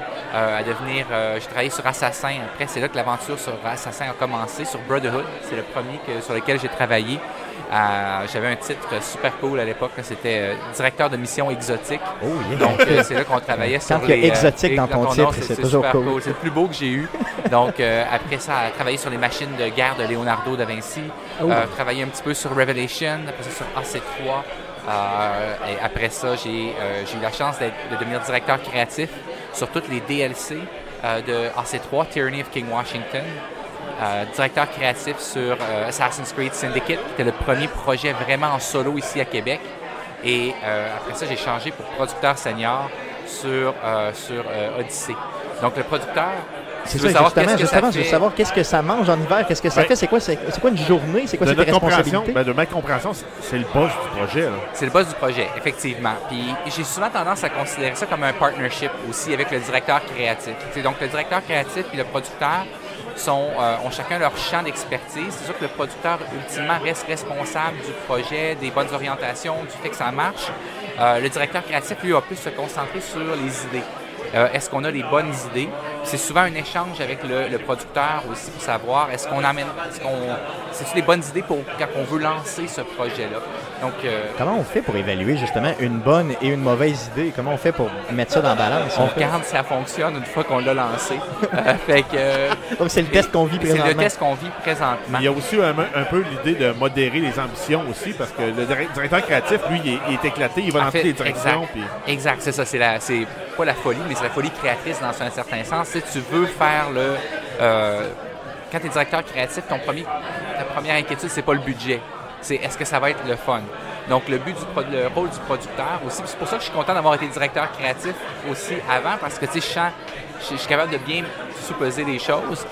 j'ai travaillé sur Assassin. Après, c'est là que l'aventure sur Assassin a commencé, sur Brotherhood. C'est le premier sur lequel j'ai travaillé. J'avais un titre super cool à l'époque, c'était directeur de mission exotique. Oh, yeah. Donc, c'est là qu'on travaillait sur les... Quand il y a exotique dans ton titre, c'est toujours cool. C'est le plus beau que j'ai eu. Donc, après ça, travailler sur les machines de guerre de Leonardo da Vinci, travailler un petit peu sur Revelation, après ça sur AC3. Et après ça, j'ai eu la chance de devenir directeur créatif sur toutes les DLC de AC3, Tyranny of King Washington. Directeur créatif sur Assassin's Creed Syndicate, qui était le premier projet vraiment en solo ici à Québec. Et après ça, j'ai changé pour producteur senior sur Odyssey. Donc, le producteur... C'est ça, justement, je veux savoir qu'est-ce que ça mange en hiver, qu'est-ce que ça fait, c'est quoi une journée, c'est quoi tes responsabilités? De ma compréhension, c'est le boss du projet. Là. C'est le boss du projet, effectivement. Puis j'ai souvent tendance à considérer ça comme un partnership aussi avec le directeur créatif. Donc le directeur créatif et le producteur ont chacun leur champ d'expertise. C'est sûr que le producteur, ultimement, reste responsable du projet, des bonnes orientations, du fait que ça marche. Le directeur créatif, lui, va plus se concentrer sur les idées. Est-ce qu'on a les bonnes idées? C'est souvent un échange avec le producteur aussi pour savoir c'est-tu les bonnes idées pour quand on veut lancer ce projet-là. Donc, comment on fait pour évaluer justement une bonne et une mauvaise idée? Comment on fait pour mettre ça dans la balance? On regarde si ça fonctionne une fois qu'on l'a lancé. Donc c'est le test qu'on vit présentement. C'est le test qu'on vit présentement. Il y a aussi un peu l'idée de modérer les ambitions aussi, parce que le directeur créatif, lui, il est éclaté, il va dans toutes les directions. Exact, c'est ça. C'est pas la folie, mais c'est la folie créatrice dans un certain sens. Si tu veux faire quand tu es directeur créatif, ta première inquiétude, c'est pas le budget. C'est est-ce que ça va être le fun. Donc, le rôle du producteur aussi. C'est pour ça que je suis content d'avoir été directeur créatif aussi avant, parce que, tu sais, je suis capable de bien sous-peser les choses.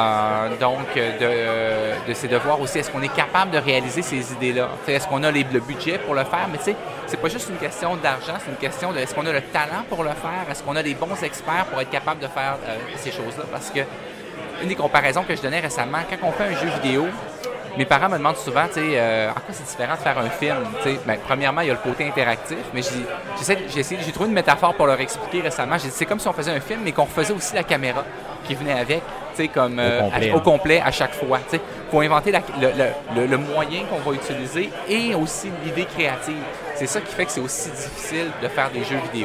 C'est de voir aussi, est-ce qu'on est capable de réaliser ces idées-là? T'sais, est-ce qu'on a le budget pour le faire? Mais tu sais, c'est pas juste une question d'argent, c'est une question de est-ce qu'on a le talent pour le faire? Est-ce qu'on a les bons experts pour être capable de faire ces choses-là? Parce que une des comparaisons que je donnais récemment, quand on fait un jeu vidéo, mes parents me demandent souvent, en quoi c'est différent de faire un film? Premièrement, il y a le côté interactif, mais j'ai trouvé une métaphore pour leur expliquer récemment. J'ai dit, c'est comme si on faisait un film, mais qu'on refaisait aussi la caméra qui venait avec, comme au complet à chaque fois. Il faut inventer le moyen qu'on va utiliser et aussi l'idée créative. C'est ça qui fait que c'est aussi difficile de faire des jeux vidéo.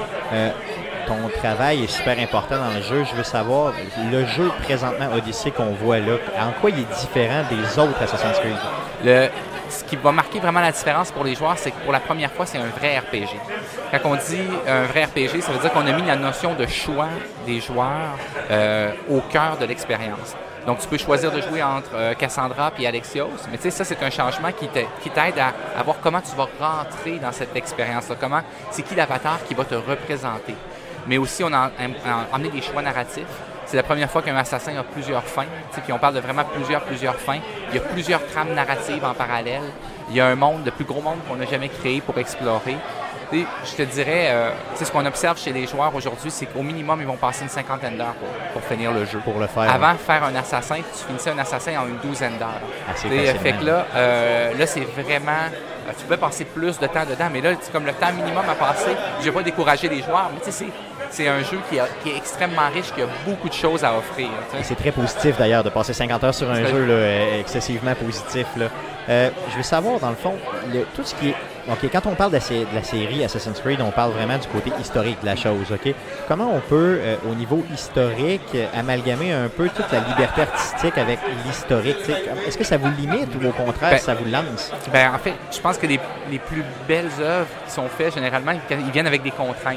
Ton travail est super important dans le jeu. Je veux savoir, le jeu présentement Odyssey qu'on voit là, en quoi il est différent des autres Assassin's Creed? Ce qui va marquer vraiment la différence pour les joueurs, c'est que pour la première fois, c'est un vrai RPG. Quand on dit un vrai RPG, ça veut dire qu'on a mis la notion de choix des joueurs au cœur de l'expérience. Donc, tu peux choisir de jouer entre Cassandra et Alexios, mais tu sais, ça, c'est un changement qui t'aide à voir comment tu vas rentrer dans cette expérience-là, c'est qui l'avatar qui va te représenter. Mais aussi, on a emmené des choix narratifs. C'est la première fois qu'un assassin a plusieurs fins, puis on parle de vraiment plusieurs fins. Il y a plusieurs trames narratives en parallèle. Il y a un monde, le plus gros monde qu'on n'a jamais créé pour explorer. Je te dirais, ce qu'on observe chez les joueurs aujourd'hui, c'est qu'au minimum, ils vont passer une 50aine d'heures pour finir le jeu. Pour le faire. Avant de faire un assassin, tu finissais un assassin en une 12aine d'heures. Fait que là, c'est vraiment... tu peux passer plus de temps dedans, mais là, c'est comme le temps minimum à passer. Je ne vais pas décourager les joueurs, mais tu sais, c'est un jeu qui est extrêmement riche, qui a beaucoup de choses à offrir. C'est très positif d'ailleurs de passer 50 heures sur un jeu là, excessivement positif. Là. Je veux savoir, dans le fond, tout ce qui est... OK, quand on parle de la série Assassin's Creed, on parle vraiment du côté historique de la chose, OK? Comment on peut, au niveau historique, amalgamer un peu toute la liberté artistique avec l'historique? Est-ce que ça vous limite ou au contraire, ça vous lance? En fait, je pense que les plus belles œuvres qui sont faites, généralement, ils viennent avec des contraintes.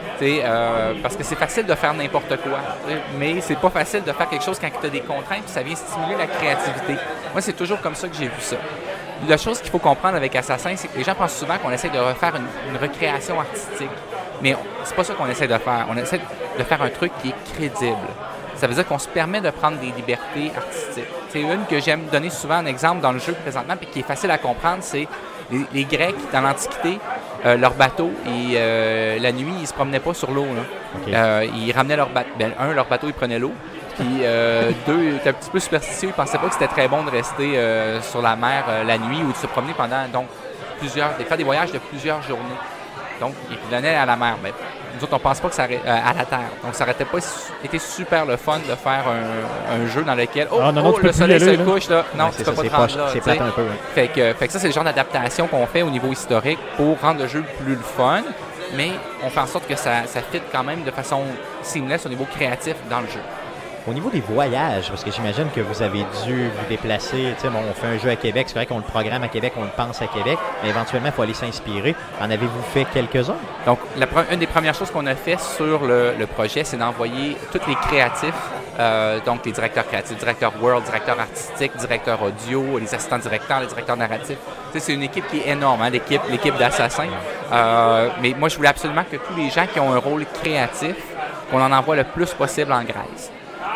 Parce que c'est facile de faire n'importe quoi, mais c'est pas facile de faire quelque chose quand tu as des contraintes, puis ça vient stimuler la créativité. Moi, c'est toujours comme ça que j'ai vu ça. La chose qu'il faut comprendre avec Assassin, c'est que les gens pensent souvent qu'on essaie de refaire une recréation artistique. Mais c'est pas ça qu'on essaie de faire. On essaie de faire un truc qui est crédible. Ça veut dire qu'on se permet de prendre des libertés artistiques. C'est une que j'aime donner souvent un exemple dans le jeu présentement, puis qui est facile à comprendre, c'est les Grecs, dans l'Antiquité, leur bateau, et la nuit, ils se promenaient pas sur l'eau. Okay. Ils ramenaient leur bateau. Leur bateau, ils prenaient l'eau. Puis deux, ils étaient un petit peu superstitieux. Ils pensaient pas que c'était très bon de rester sur la mer la nuit ou de se promener pendant de faire des voyages de plusieurs journées. Donc, ils donnaient à la mer. Mais nous autres, on pense pas que ça à la terre. Donc, ça aurait pas été super le fun de faire un jeu dans lequel le soleil se couche là. Non, tu peux pas te rendre là. C'est plate un peu. Fait que ça, c'est le genre d'adaptation qu'on fait au niveau historique pour rendre le jeu plus le fun. Mais on fait en sorte que ça fit quand même de façon seamless au niveau créatif dans le jeu. Au niveau des voyages, parce que j'imagine que vous avez dû vous déplacer, on fait un jeu à Québec, c'est vrai qu'on le programme à Québec, on le pense à Québec, mais éventuellement, il faut aller s'inspirer. En avez-vous fait quelques-uns? Donc, une des premières choses qu'on a fait sur le projet, c'est d'envoyer tous les créatifs, donc les directeurs créatifs, directeurs world, directeurs artistiques, directeurs audio, les assistants directeurs, les directeurs narratifs. C'est une équipe qui est énorme, l'équipe d'Assassins. Mais moi, je voulais absolument que tous les gens qui ont un rôle créatif, qu'on en envoie le plus possible en Grèce.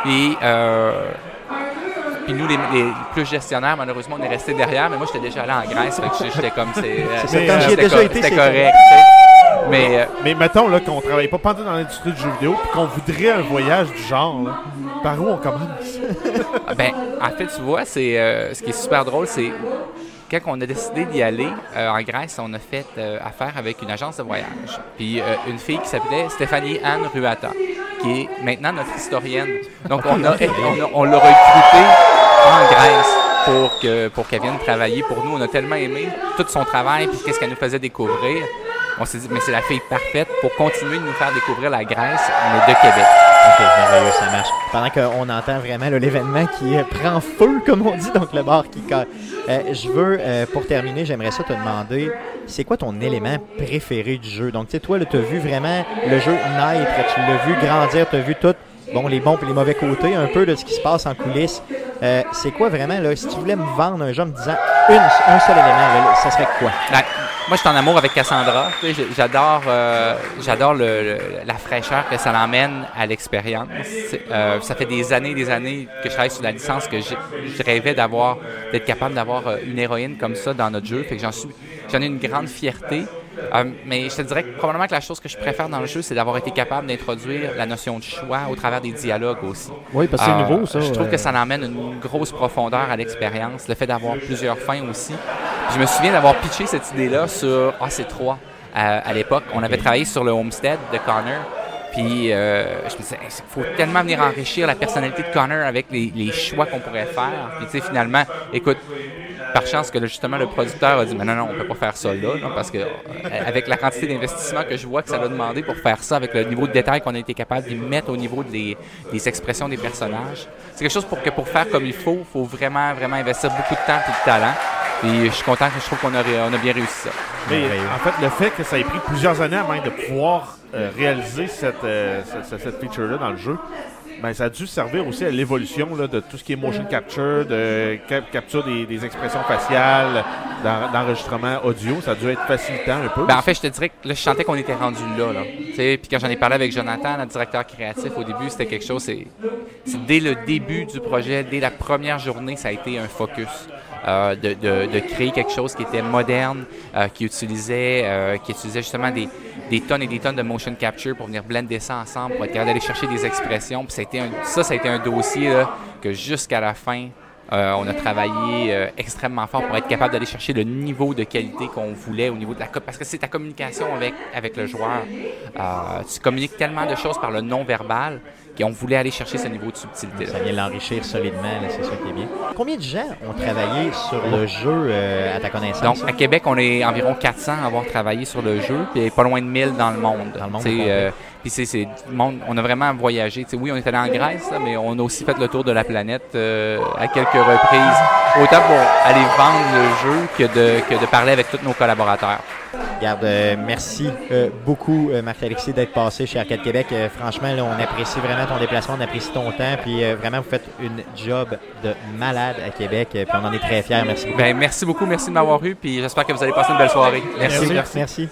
Puis nous, les plus gestionnaires, malheureusement, on est restés derrière, mais moi, j'étais déjà allé en Grèce, fait que j'étais comme, c'était correct. Mais mettons là, qu'on ne travaille pas pendant dans l'industrie du jeu vidéo et qu'on voudrait un voyage du genre, là, par où on commence? En fait, tu vois, ce qui est super drôle, c'est quand on a décidé d'y aller en Grèce, on a fait affaire avec une agence de voyage. Puis une fille qui s'appelait Stéphanie Anne Ruata, qui est maintenant notre historienne. Donc on l'a recrutée en Grèce pour qu'elle vienne travailler pour nous. On a tellement aimé tout son travail puis qu'est-ce qu'elle nous faisait découvrir. On s'est dit, mais c'est la fille parfaite pour continuer de nous faire découvrir la Grèce, mais de Québec. OK, merveilleux, ça marche. Pendant qu'on entend vraiment l'événement qui prend feu, comme on dit, donc le bar qui colle. Je veux, pour terminer, j'aimerais ça te demander, c'est quoi ton élément préféré du jeu? Donc, tu sais, toi, tu as vu vraiment le jeu naître, tu l'as vu grandir, tu as vu tout, les bons et les mauvais côtés, un peu de ce qui se passe en coulisses. C'est quoi vraiment, là, si tu voulais me vendre un jeu en me disant un seul élément, là, ça serait quoi? Moi, je suis en amour avec Cassandra. J'adore la fraîcheur que ça l'emmène à l'expérience. Ça fait des années que je travaille sur la licence, que je rêvais d'être capable d'avoir une héroïne comme ça dans notre jeu. Fait que j'en ai une grande fierté. Mais je te dirais que probablement que la chose que je préfère dans le jeu, c'est d'avoir été capable d'introduire la notion de choix au travers des dialogues aussi. Oui, parce que c'est nouveau, ça. Je trouve que ça emmène une grosse profondeur à l'expérience, le fait d'avoir plusieurs fins aussi. Puis je me souviens d'avoir pitché cette idée-là sur AC3 à l'époque. On avait travaillé sur le Homestead de Connor. Puis je me disais, il faut tellement venir enrichir la personnalité de Connor avec les choix qu'on pourrait faire. Puis tu sais, finalement, écoute, par chance que justement le producteur a dit, mais non, on peut pas faire ça là, parce que avec la quantité d'investissement que je vois que ça a demandé pour faire ça, avec le niveau de détail qu'on a été capable de mettre au niveau des expressions des personnages, c'est quelque chose pour faire comme il faut vraiment, vraiment investir beaucoup de temps et de talent. Et je suis content, je trouve qu'on a bien réussi ça. Mais en fait, le fait que ça ait pris plusieurs années avant de pouvoir réaliser cette feature-là dans le jeu, ben, ça a dû servir aussi à l'évolution là, de tout ce qui est motion capture, de capture des expressions faciales, d'enregistrement audio. Ça a dû être facilitant un peu. Ben, en fait, je te dirais que là, je sentais qu'on était rendu là. Puis quand j'en ai parlé avec Jonathan, notre directeur créatif, au début, c'était quelque chose, c'est dès le début du projet, dès la première journée, ça a été un focus. De créer quelque chose qui était moderne, qui utilisait justement des tonnes et des tonnes de motion capture pour venir blender ça ensemble, pour être capable d'aller chercher des expressions. Puis ça a été un dossier là, que jusqu'à la fin, on a travaillé extrêmement fort pour être capable d'aller chercher le niveau de qualité qu'on voulait au niveau de parce que c'est ta communication avec le joueur. Tu communiques tellement de choses par le non-verbal qu'on voulait aller chercher ce niveau de subtilité. Ça vient l'enrichir solidement, là, c'est ça qui est bien. Combien de gens ont travaillé sur le jeu à ta connaissance? Donc, à Québec, on est environ 400 à avoir travaillé sur le jeu, puis pas loin de 1000 dans le monde. Dans le monde. Puis c'est du monde, on a vraiment voyagé. T'sais, oui, on est allé en Grèce, là, mais on a aussi fait le tour de la planète à quelques reprises. Autant pour aller vendre le jeu que de parler avec tous nos collaborateurs. Regarde, merci beaucoup, Marc-Alexis, d'être passé chez Arcade Québec. Franchement, là, on apprécie vraiment ton déplacement, on apprécie ton temps, puis vraiment, vous faites une job de malade à Québec, puis on en est très fiers. Merci beaucoup. Ben, merci beaucoup, merci de m'avoir eu, puis j'espère que vous allez passer une belle soirée. Merci.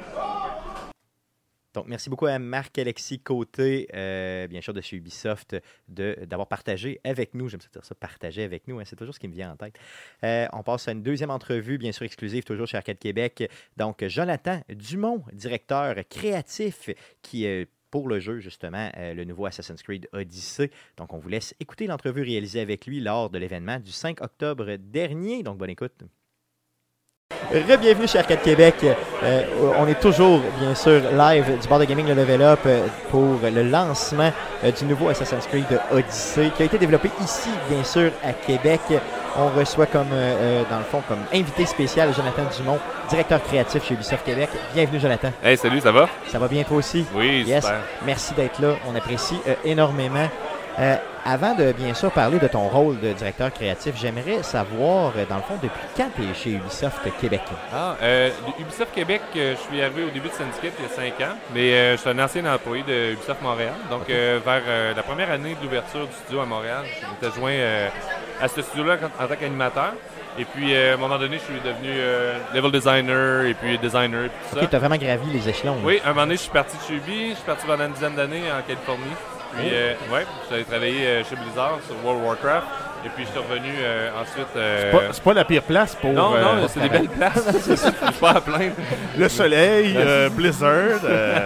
Donc, merci beaucoup à Marc-Alexis Côté, bien sûr, de chez Ubisoft, d'avoir partagé avec nous. J'aime ça dire ça, partager avec nous. Hein, c'est toujours ce qui me vient en tête. On passe à une deuxième entrevue, bien sûr, exclusive, toujours chez Arcade Québec. Donc, Jonathan Dumont, directeur créatif, qui pour le jeu, justement, le nouveau Assassin's Creed Odyssey. Donc, on vous laisse écouter l'entrevue réalisée avec lui lors de l'événement du 5 octobre dernier. Donc, bonne écoute. Bienvenue chez Arcade Québec. On est toujours, bien sûr, live du bar de gaming Le Level Up pour le lancement du nouveau Assassin's Creed Odyssey qui a été développé ici, bien sûr, à Québec. On reçoit dans le fond, comme invité spécial Jonathan Dumont, directeur créatif chez Ubisoft Québec. Bienvenue, Jonathan. Hey, salut, ça va? Ça va bien toi aussi? Oui, yes. Super. Merci d'être là. On apprécie énormément. Avant de bien sûr parler de ton rôle de directeur créatif, j'aimerais savoir, dans le fond, depuis quand tu es chez Ubisoft Québec? Ubisoft Québec, je suis arrivé au début de Syndicate il y a 5 ans, mais je suis un ancien employé de Ubisoft Montréal. Donc, vers la première année de l'ouverture du studio à Montréal, je m'étais joint à ce studio-là en tant qu'animateur. Et puis, à un moment donné, je suis devenu level designer et puis designer et tout ça. OK, tu as vraiment gravi les échelons. Oui, à un moment donné, je suis parti de chez Ubi. Je suis parti pendant une dizaine d'années en Californie. Puis, j'avais travaillé chez Blizzard sur World of Warcraft. Et puis, je suis revenu ensuite... C'est pas la pire place pour... Non, c'est des belles places. Je suis pas à plaindre. Le soleil, Blizzard...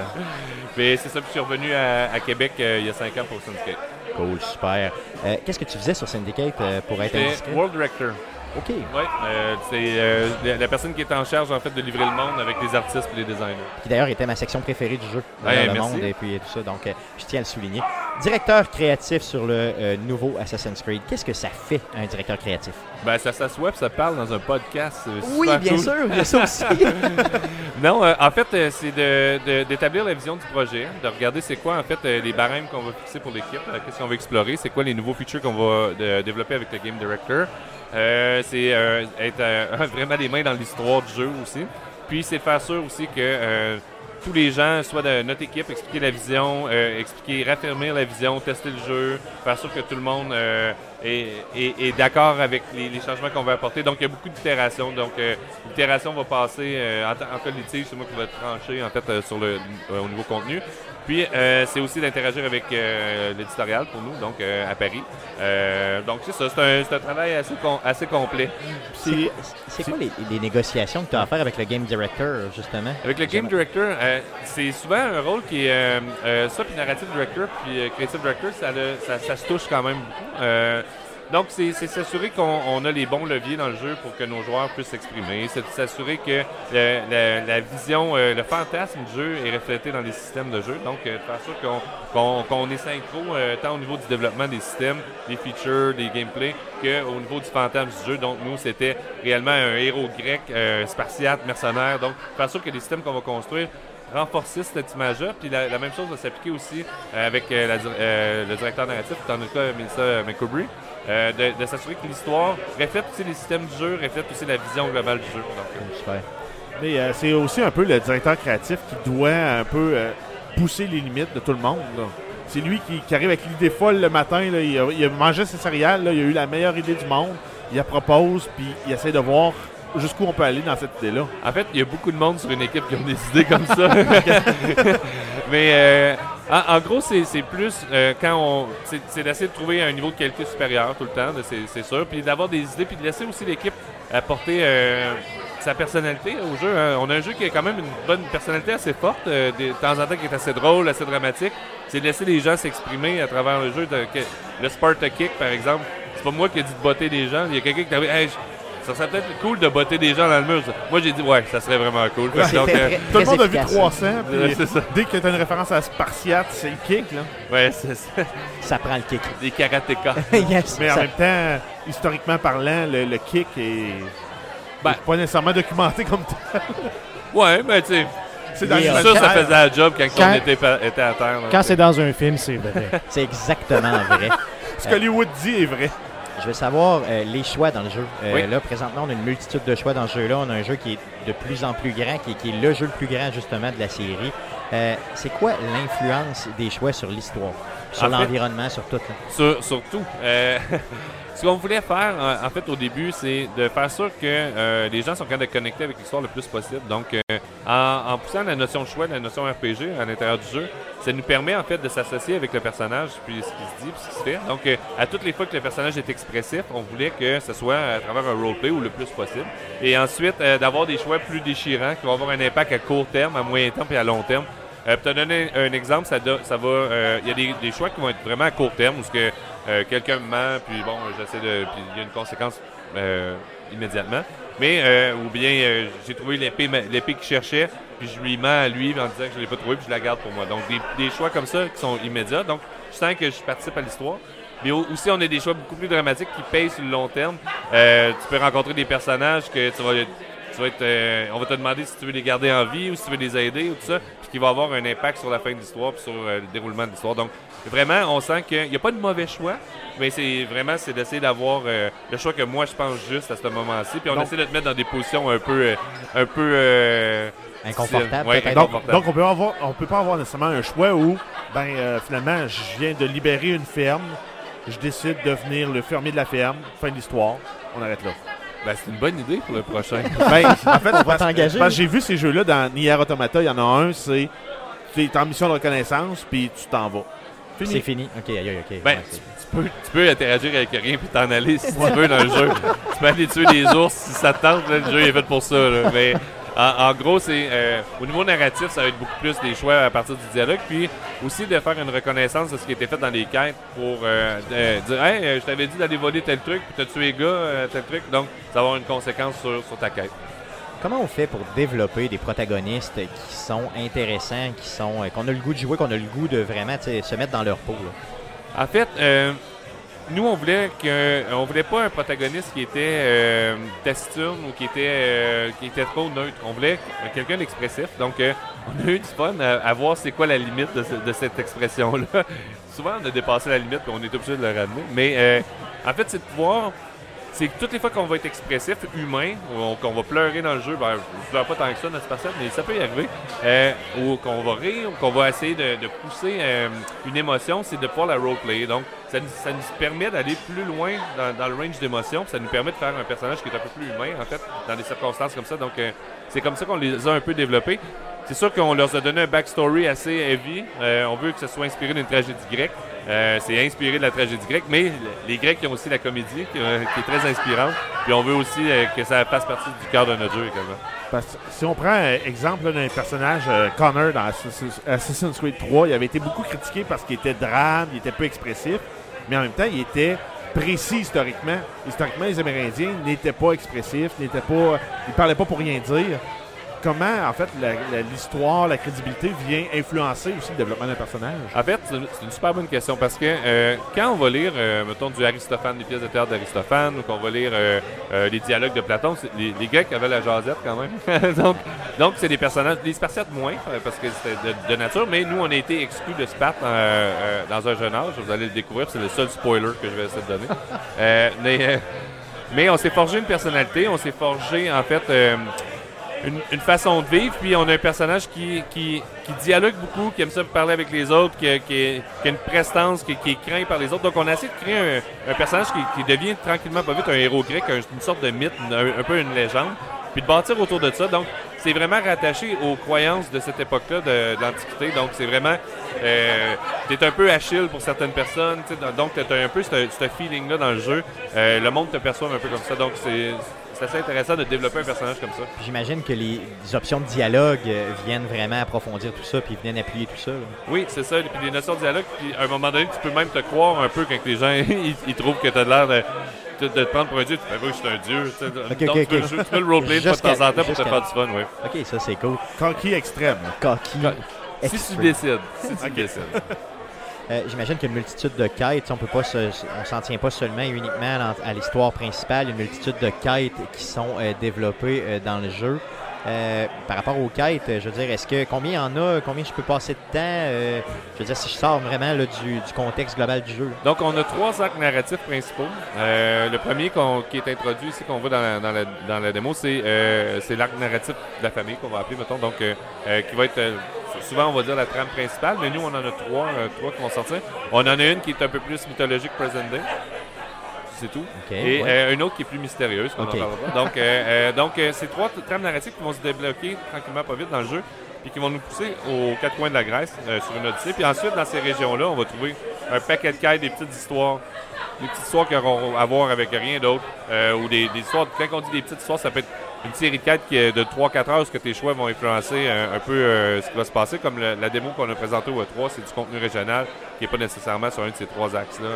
Mais c'est ça, puis je suis revenu à Québec il y a 5 ans pour Syndicate. Cool, super. Qu'est-ce que tu faisais sur Syndicate pour être indiscret? J'étais World Director. OK. Oui, c'est la personne qui est en charge en fait de livrer le monde avec les artistes et les designers. Qui d'ailleurs était ma section préférée du jeu, le monde et puis tout ça. Donc, je tiens à le souligner. Directeur créatif sur le nouveau Assassin's Creed. Qu'est-ce que ça fait, un directeur créatif? Ben, ça s'assoit et ça parle dans un podcast. Oui, bien sûr, il y a ça aussi. Non, en fait, c'est d'établir la vision du projet, de regarder c'est quoi en fait les barèmes qu'on va fixer pour l'équipe, qu'est-ce qu'on va explorer, c'est quoi les nouveaux features qu'on va développer avec le Game Director. C'est être vraiment les mains dans l'histoire du jeu aussi. Puis c'est faire sûr aussi que tous les gens soient de notre équipe, expliquer la vision, réaffirmer la vision, tester le jeu, faire sûr que tout le monde est d'accord avec les changements qu'on va apporter. Donc, il y a beaucoup d'itérations. Donc, l'itération va passer en cas de litige, c'est moi qui vais trancher en fait au niveau contenu. Puis, c'est aussi d'interagir avec l'éditorial pour nous, donc à Paris. Donc, c'est ça, c'est un travail assez complet. C'est quoi les négociations que tu as à faire avec le Game Director, justement? Avec le Game Director, c'est souvent un rôle qui est ça, puis Narrative Director, puis Creative Director, ça se touche quand même beaucoup. Donc, c'est s'assurer qu'on a les bons leviers dans le jeu pour que nos joueurs puissent s'exprimer. C'est s'assurer que la vision, le fantasme du jeu est reflété dans les systèmes de jeu. Donc, faire sûr qu'on est synchro tant au niveau du développement des systèmes, des features, des gameplays, qu'au niveau du fantasme du jeu. Donc, nous, c'était réellement un héros grec, spartiate, mercenaire. Donc, faire sûr que les systèmes qu'on va construire renforcer cette image-là. Puis la même chose va s'appliquer aussi avec le directeur narratif, dans le cas Melissa McCoubry, de s'assurer que l'histoire reflète aussi les systèmes du jeu, reflète aussi la vision globale du jeu. Donc, super. Mais c'est aussi un peu le directeur créatif qui doit un peu pousser les limites de tout le monde. Là. C'est lui qui arrive avec l'idée folle le matin. Là, il a mangé ses céréales, là, il a eu la meilleure idée du monde. Il la propose, puis il essaie de voir jusqu'où on peut aller dans cette idée-là. En fait, il y a beaucoup de monde sur une équipe qui ont des idées comme ça. Mais en gros, c'est plus c'est d'essayer de trouver un niveau de qualité supérieur tout le temps, c'est sûr. Puis d'avoir des idées, puis de laisser aussi l'équipe apporter sa personnalité au jeu. Hein. On a un jeu qui a quand même une bonne personnalité assez forte, de temps en temps qui est assez drôle, assez dramatique. C'est de laisser les gens s'exprimer à travers le jeu. Le Sparta Kick, par exemple, c'est pas moi qui ai dit de botter des gens. Il y a quelqu'un qui t'a dit hey, ça serait peut-être cool de botter des gens dans le mur. Moi, j'ai dit, ouais, ça serait vraiment cool. Ouais, donc, tout le monde a vu 300. C'est ça. Dès que tu as une référence à Spartiate, c'est le kick. Là. Ouais, c'est ça. Ça prend le kick. Des karatékas. Yes, mais en même temps, historiquement parlant, le kick est pas nécessairement documenté comme tel. Ouais, mais tu sais. C'est dans ça faisait la job quand on était à terre. Quand c'est dans un film, c'est vrai. C'est exactement vrai. Ce qu'Hollywood dit est vrai. Je veux savoir les choix dans le jeu. Oui. Là, présentement, on a une multitude de choix dans ce jeu-là. On a un jeu qui est de plus en plus grand, qui est le jeu le plus grand, justement, de la série. C'est quoi l'influence des choix sur l'histoire, sur l'environnement, sur tout? Sur tout. Ce qu'on voulait faire, en fait, au début, c'est de faire sûr que les gens sont capables de connecter avec l'histoire le plus possible. Donc, en poussant la notion de choix, la notion RPG à l'intérieur du jeu, ça nous permet, en fait, de s'associer avec le personnage, puis ce qui se dit, puis ce qui se fait. Donc, à toutes les fois que le personnage est expressif, on voulait que ce soit à travers un roleplay ou le plus possible. Et ensuite, d'avoir des choix plus déchirants qui vont avoir un impact à court terme, à moyen terme et à long terme. Pour te donner un exemple, il y a des choix qui vont être vraiment à court terme, où quelqu'un me ment, puis bon, puis il y a une conséquence immédiatement. Mais, ou bien, j'ai trouvé l'épée qu'il cherchait, puis je lui mens à lui en disant que je ne l'ai pas trouvé, puis je la garde pour moi. Donc, des choix comme ça qui sont immédiats. Donc, je sens que je participe à l'histoire. Mais aussi, on a des choix beaucoup plus dramatiques qui payent sur le long terme. Tu peux rencontrer des personnages que on va te demander si tu veux les garder en vie ou si tu veux les aider ou tout ça, puis qui va avoir un impact sur la fin de l'histoire puis sur le déroulement de l'histoire. Donc, vraiment, on sent qu'il n'y a pas de mauvais choix, mais c'est d'essayer d'avoir le choix que moi, je pense juste à ce moment-ci. Puis on essaie de te mettre dans des positions un peu inconfortable. Ouais, donc on peut pas avoir nécessairement un choix où, finalement, je viens de libérer une ferme, je décide de devenir le fermier de la ferme, fin de l'histoire, on arrête là. C'est une bonne idée pour le prochain. En fait, on va t'engager. Parce que j'ai vu ces jeux-là dans Nier Automata, il y en a un, c'est tu es en mission de reconnaissance, puis tu t'en vas. Fini. C'est fini. OK. Tu peux interagir avec rien puis t'en aller si tu veux dans le jeu. Tu peux aller tuer des ours si ça te tente. Là, le jeu est fait pour ça. Là. Mais en gros, c'est au niveau narratif, ça va être beaucoup plus des choix à partir du dialogue. Puis aussi de faire une reconnaissance de ce qui a été fait dans les quêtes pour dire « Hey, je t'avais dit d'aller voler tel truc, puis t'as tué le gars, tel truc. » Donc, ça va avoir une conséquence sur ta quête. Comment on fait pour développer des protagonistes qui sont intéressants, qu'on a le goût de jouer, qu'on a le goût de vraiment se mettre dans leur peau? Là? En fait, nous, on voulait pas un protagoniste qui était taciturne ou qui était trop neutre. On voulait quelqu'un d'expressif. Donc, on a eu du fun à voir c'est quoi la limite de cette expression-là. Souvent, on a dépassé la limite et on est obligé de le ramener. Mais en fait, c'est de pouvoir... C'est que toutes les fois qu'on va être expressif, humain, ou qu'on va pleurer dans le jeu, je pleure pas tant que ça dans ce passage, mais ça peut y arriver, ou qu'on va rire, ou qu'on va essayer de pousser une émotion, c'est de pouvoir la roleplay. Donc, ça nous permet d'aller plus loin dans le range d'émotion, ça nous permet de faire un personnage qui est un peu plus humain, en fait, dans des circonstances comme ça. Donc, c'est comme ça qu'on les a un peu développés. C'est sûr qu'on leur a donné un backstory assez heavy. On veut que ce soit inspiré d'une tragédie grecque. C'est inspiré de la tragédie grecque, mais les Grecs ont aussi la comédie qui est très inspirante. Puis on veut aussi que ça fasse partie du cœur de notre jeu également. Parce que si on prend exemple d'un personnage, Connor dans Assassin's Creed 3, il avait été beaucoup critiqué parce qu'il était drame, il était peu expressif, mais en même temps, il était précis historiquement. Historiquement, les Amérindiens n'étaient pas expressifs, ils parlaient pas pour rien dire. Comment, en fait, l'histoire, la crédibilité vient influencer aussi le développement d'un personnage? En fait, c'est une super bonne question parce que quand on va lire, mettons, du Aristophane, des pièces de théâtre d'Aristophane, ou qu'on va lire les dialogues de Platon, les Grecs avaient la jasette quand même. donc, c'est des personnages, les Spartiates moins, parce que c'était de nature, mais nous, on a été exclus de Sparte dans un jeune âge. Vous allez le découvrir, c'est le seul spoiler que je vais essayer de donner. Mais on s'est forgé une personnalité, on s'est forgé, en fait... Une façon de vivre, puis on a un personnage qui dialogue beaucoup, qui aime ça parler avec les autres, qui a une prestance, qui est craint par les autres. Donc on a essayé de créer un personnage qui devient tranquillement pas vite un héros grec, une sorte de mythe, un peu une légende, puis de bâtir autour de ça. Donc c'est vraiment rattaché aux croyances de cette époque-là de l'Antiquité. Donc c'est vraiment... t'es un peu Achille pour certaines personnes, donc t'as un peu ce feeling-là dans le jeu. Le monde te perçoit un peu comme ça, donc c'est assez intéressant de développer un personnage comme ça. J'imagine que les options de dialogue viennent vraiment approfondir tout ça, puis viennent appuyer tout ça. Là. Oui, c'est ça. Puis les notions de dialogue, puis à un moment donné, tu peux même te croire un peu quand les gens ils trouvent que tu as l'air de te prendre pour un dieu. Tu fais, oui, je suis un dieu. Donc, tu peux le roleplay de temps en temps pour te faire du fun. Oui. OK, ça, c'est cool. Cocky extrême. Cocky. Si tu décides. décides. J'imagine qu'il y a une multitude de quêtes. On s'en tient pas seulement uniquement à l'histoire principale. Il y a une multitude de quêtes qui sont développées dans le jeu. Par rapport aux quêtes, je veux dire, combien il y en a? Combien je peux passer de temps? Je veux dire, si je sors vraiment là, du contexte global du jeu. Donc, on a 3 arcs narratifs principaux. Le premier qui est introduit ici, qu'on voit dans la démo, c'est l'arc narratif de la famille, qu'on va appeler, mettons. Donc, qui va être... souvent, on va dire la trame principale, mais nous, on en a 3 qui vont sortir. On en a une qui est un peu plus mythologique, present day. C'est tout. Okay, et une autre qui est plus mystérieuse, qu'on en parlera pas. Donc, c'est 3 trames narratives qui vont se débloquer tranquillement pas vite dans le jeu, puis qui vont nous pousser aux 4 coins de la Grèce sur une odyssée. Puis ensuite, dans ces régions-là, on va trouver un paquet de quêtes, des petites histoires qui auront à voir avec rien d'autre, ou des histoires. Quand on dit des petites histoires, ça peut être une série de quêtes de 3-4 heures, où tes choix vont influencer un peu ce qui va se passer. Comme la démo qu'on a présentée au E3, c'est du contenu régional qui n'est pas nécessairement sur un de ces 3 axes-là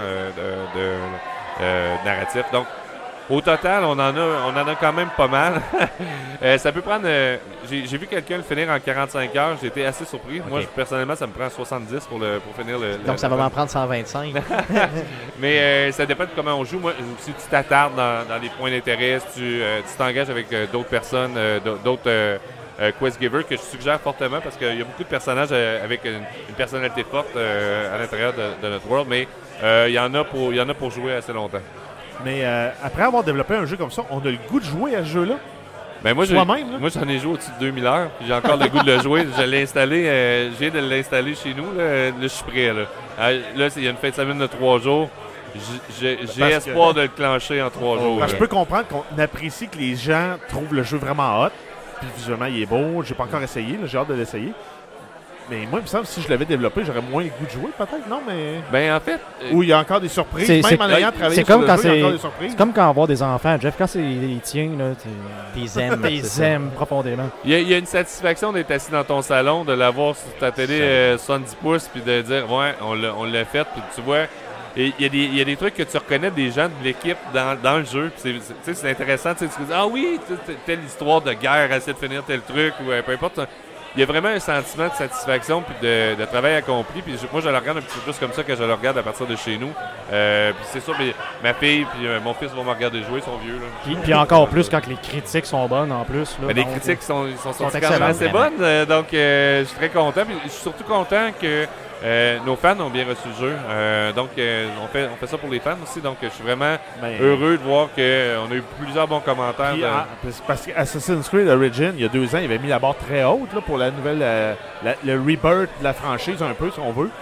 narratif. Donc, au total, on en a quand même pas mal. Ça peut prendre... j'ai vu quelqu'un le finir en 45 heures. J'ai été assez surpris. Okay. Moi, personnellement, ça me prend 70 pour finir le... Donc, ça va m'en prendre 125. Mais ça dépend de comment on joue. Moi, si tu t'attardes dans des points d'intérêt, si tu t'engages avec d'autres personnes, d'autres... quest giver que je suggère fortement parce qu'il y a beaucoup de personnages avec une personnalité forte à l'intérieur de notre world, mais il y en a pour jouer assez longtemps. Mais après avoir développé un jeu comme ça, on a le goût de jouer à ce jeu-là? Ben moi, j'en ai joué au-dessus de 2000 heures, puis j'ai encore le goût de le jouer. Je l'ai installé, j'ai de l'installer chez nous, là je suis prêt. Là, il y a une fin de semaine de 3 jours. J'ai espoir de le clencher en 3 jours. Je peux comprendre qu'on apprécie que les gens trouvent le jeu vraiment hot. Puis visuellement, il est beau. J'ai pas encore essayé. J'ai hâte de l'essayer. Mais moi, il me semble que si je l'avais développé, j'aurais moins le goût de jouer, peut-être, non? Mais... Ben, en fait... Où il y a encore des surprises. Même en ayant travaillé sur le jeu, il y a encore des surprises. C'est comme quand avoir des enfants, Jeff. Quand c'est les tiens, là, t'es aimes profondément. Il y a une satisfaction d'être assis dans ton salon, de l'avoir sur ta télé 70 pouces, puis de dire, ouais, on l'a fait, puis tu vois... Il y a des trucs que tu reconnais des gens de l'équipe dans le jeu. C'est intéressant. Tu dis, ah oui, telle histoire de guerre, essayer de finir tel truc, ou peu importe. Il y a vraiment un sentiment de satisfaction puis de travail accompli. Puis moi, je le regarde un petit peu plus comme ça que je le regarde à partir de chez nous. Puis c'est sûr, ma fille puis mon fils vont me regarder jouer, ils sont vieux. Puis encore plus quand les critiques sont bonnes en plus. Là, les critiques sont quand même assez bonnes. Donc, je suis très content. Puis je suis surtout content que nos fans ont bien reçu le jeu. Donc, on fait ça pour les fans aussi. Donc, je suis vraiment heureux de voir qu'on a eu plusieurs bons commentaires. Parce qu'Assassin's Creed Origins, il y a 2 ans, il avait mis la barre très haute là, pour la nouvelle, le rebirth de la franchise un peu, si on veut.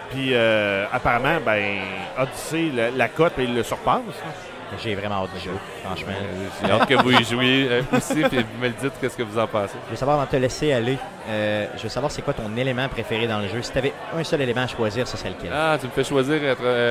Puis apparemment, Odyssey, la cote, il le surpasse. J'ai vraiment hâte de jouer, franchement. J'ai hâte que vous y jouiez aussi, puis vous me le dites, qu'est-ce que vous en pensez. Je veux savoir, avant de te laisser aller, je veux savoir c'est quoi ton élément préféré dans le jeu. Si tu avais un seul élément à choisir, ce serait lequel? Ah, tu me fais choisir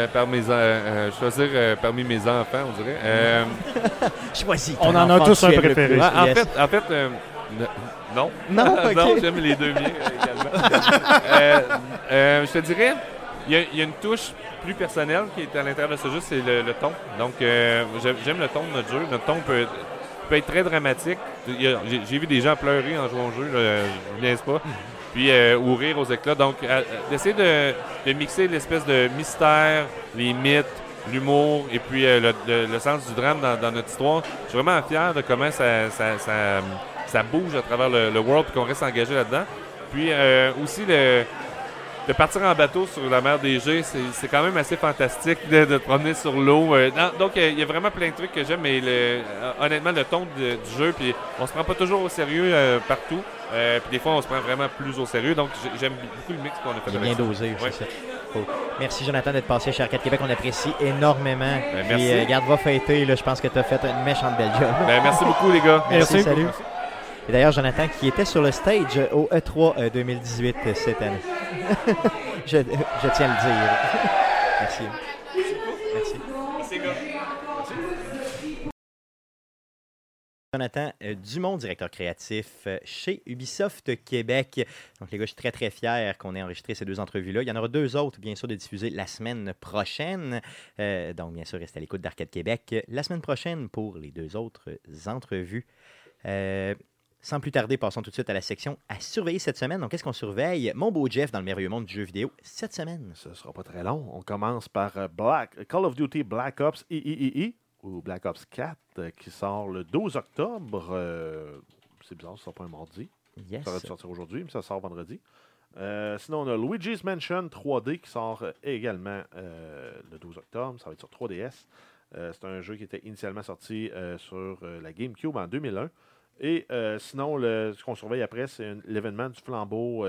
parmi mes enfants, on dirait. Choisis. On en a tous un préféré. En fait, non. Non, ok. Non, j'aime les deux miens également. Je te dirais, il y a une touche plus personnelle qui est à l'intérieur de ce jeu, c'est le ton. Donc, j'aime le ton de notre jeu. Notre ton peut être très dramatique. J'ai vu des gens pleurer en jouant au jeu, je ne niaise pas. Puis, ou rire aux éclats. Donc, d'essayer de mixer l'espèce de mystère, les mythes, l'humour et puis le sens du drame dans notre histoire. Je suis vraiment fier de comment ça bouge à travers le world et qu'on reste engagé là-dedans. Puis, aussi, de partir en bateau sur la mer des Gets, c'est quand même assez fantastique de te promener sur l'eau. Donc, il y a vraiment plein de trucs que j'aime, mais honnêtement, le ton du jeu, puis on se prend pas toujours au sérieux partout. Puis des fois, on se prend vraiment plus au sérieux. Donc, j'aime beaucoup le mix qu'on a fait. Il est bien dosé aussi, ouais. ça. Cool. Merci, Jonathan, d'être passé chez Arcade Québec. On apprécie énormément. Merci. Puis, garde, va fêter. Là, je pense que tu as fait une méchante belle job. Merci beaucoup, les gars. Merci, salut. Merci. Et d'ailleurs, Jonathan, qui était sur le stage au E3 2018 cette année. je tiens à le dire. Merci. Merci. Merci, gars. Jonathan Dumont, directeur créatif chez Ubisoft Québec. Donc, les gars, je suis très, très fier qu'on ait enregistré ces deux entrevues-là. Il y en aura deux autres, bien sûr, de diffuser la semaine prochaine. Donc, bien sûr, restez à l'écoute d'Arcade Québec la semaine prochaine pour les deux autres entrevues. Sans plus tarder, passons tout de suite à la section à surveiller cette semaine. Donc, qu'est-ce qu'on surveille? Mon beau Jeff dans le merveilleux monde du jeu vidéo cette semaine. Ce ne sera pas très long. On commence par Call of Duty Black Ops III ou Black Ops 4 qui sort le 12 octobre. C'est bizarre, ça ne sort pas un mardi. Yes. Ça aurait dû sortir aujourd'hui, mais ça sort vendredi. Sinon, on a Luigi's Mansion 3D qui sort également le 12 octobre. Ça va être sur 3DS. C'est un jeu qui était initialement sorti sur la GameCube en 2001. Et sinon, ce qu'on surveille après, c'est l'événement du Flambeau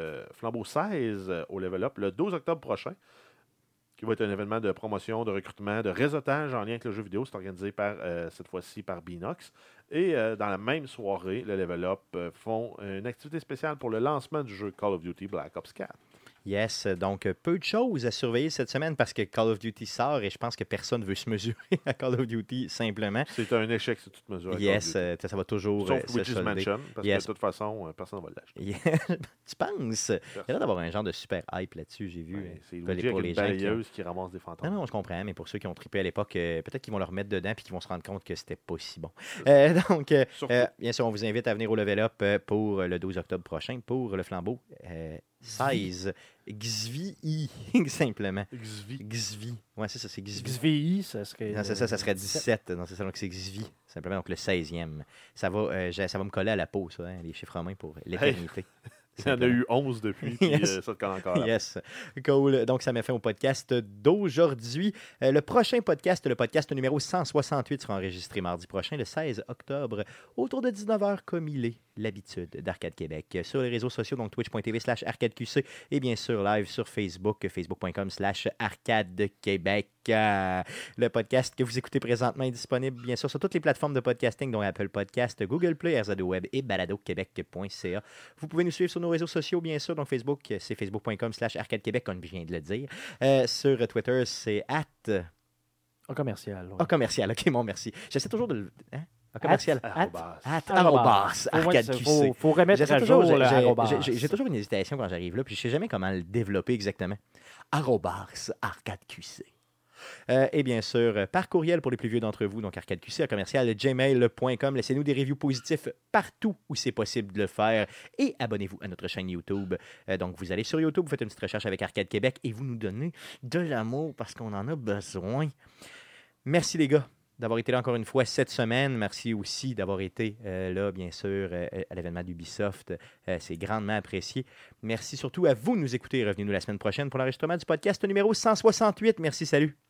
16 au Level Up le 12 octobre prochain, qui va être un événement de promotion, de recrutement, de réseautage en lien avec le jeu vidéo. C'est organisé cette fois-ci par Binox. Et dans la même soirée, le Level Up font une activité spéciale pour le lancement du jeu Call of Duty Black Ops 4. Yes, donc peu de choses à surveiller cette semaine parce que Call of Duty sort et je pense que personne ne veut se mesurer à Call of Duty simplement. C'est un échec si tu te mesures. Yes, ça va toujours sauf se Luigi's solder. Mansion, parce que de toute façon, personne ne va l'acheter. Tu penses? Il y a l'air d'avoir un genre de super hype là-dessus, j'ai vu. Ouais, c'est Luigi avec une balayeuse qui ramasse des fantômes. Non, je comprends, mais pour ceux qui ont trippé à l'époque, peut-être qu'ils vont le remettre dedans et qu'ils vont se rendre compte que c'était pas si bon. Donc, bien sûr, on vous invite à venir au Level Up pour le 12 octobre prochain pour le Flambeau 16. XVI, simplement. XVI. Ouais, c'est ça, c'est XVI. XVI, ça serait... Non, c'est ça serait 17. Non, c'est ça, donc c'est XVI. Simplement, donc le 16e. Ça va me coller à la peau, ça, hein, les chiffres romains pour l'éternité. Il y en a eu 11 depuis, puis yes. ça te colle encore là. Yes. Cool. Donc, ça m'a fait au podcast d'aujourd'hui. Le prochain podcast, le podcast numéro 168, sera enregistré mardi prochain, le 16 octobre, autour de 19h, comme il est l'habitude d'Arcade Québec. Sur les réseaux sociaux, donc twitch.tv/arcadeqc et bien sûr live sur Facebook, facebook.com/arcadequebec. Le podcast que vous écoutez présentement est disponible, bien sûr, sur toutes les plateformes de podcasting, dont Apple Podcast, Google Play, RZO Web et baladoquebec.ca. Vous pouvez nous suivre sur nos réseaux sociaux, bien sûr. Donc, Facebook, c'est facebook.com/arcadequebec, comme je viens de le dire. Sur Twitter, c'est @commercial. Ouais. Commercial, ok, bon, merci. J'essaie toujours de le... Hein? Commercial. @arcadeqc. Faut remettre à jour le arrobas. J'ai toujours une hésitation quand j'arrive là, puis je sais jamais comment le développer exactement. @arcadeqc. Et bien sûr, par courriel pour les plus vieux d'entre vous, donc arcadeqc@gmail.com. Laissez-nous des reviews positifs partout où c'est possible de le faire. Et abonnez-vous à notre chaîne YouTube. Donc, vous allez sur YouTube, vous faites une petite recherche avec Arcade Québec et vous nous donnez de l'amour parce qu'on en a besoin. Merci les gars d'avoir été là encore une fois cette semaine. Merci aussi d'avoir été là, bien sûr, à l'événement d'Ubisoft. C'est grandement apprécié. Merci surtout à vous de nous écouter. Revenez-nous la semaine prochaine pour l'enregistrement du podcast numéro 168. Merci, salut.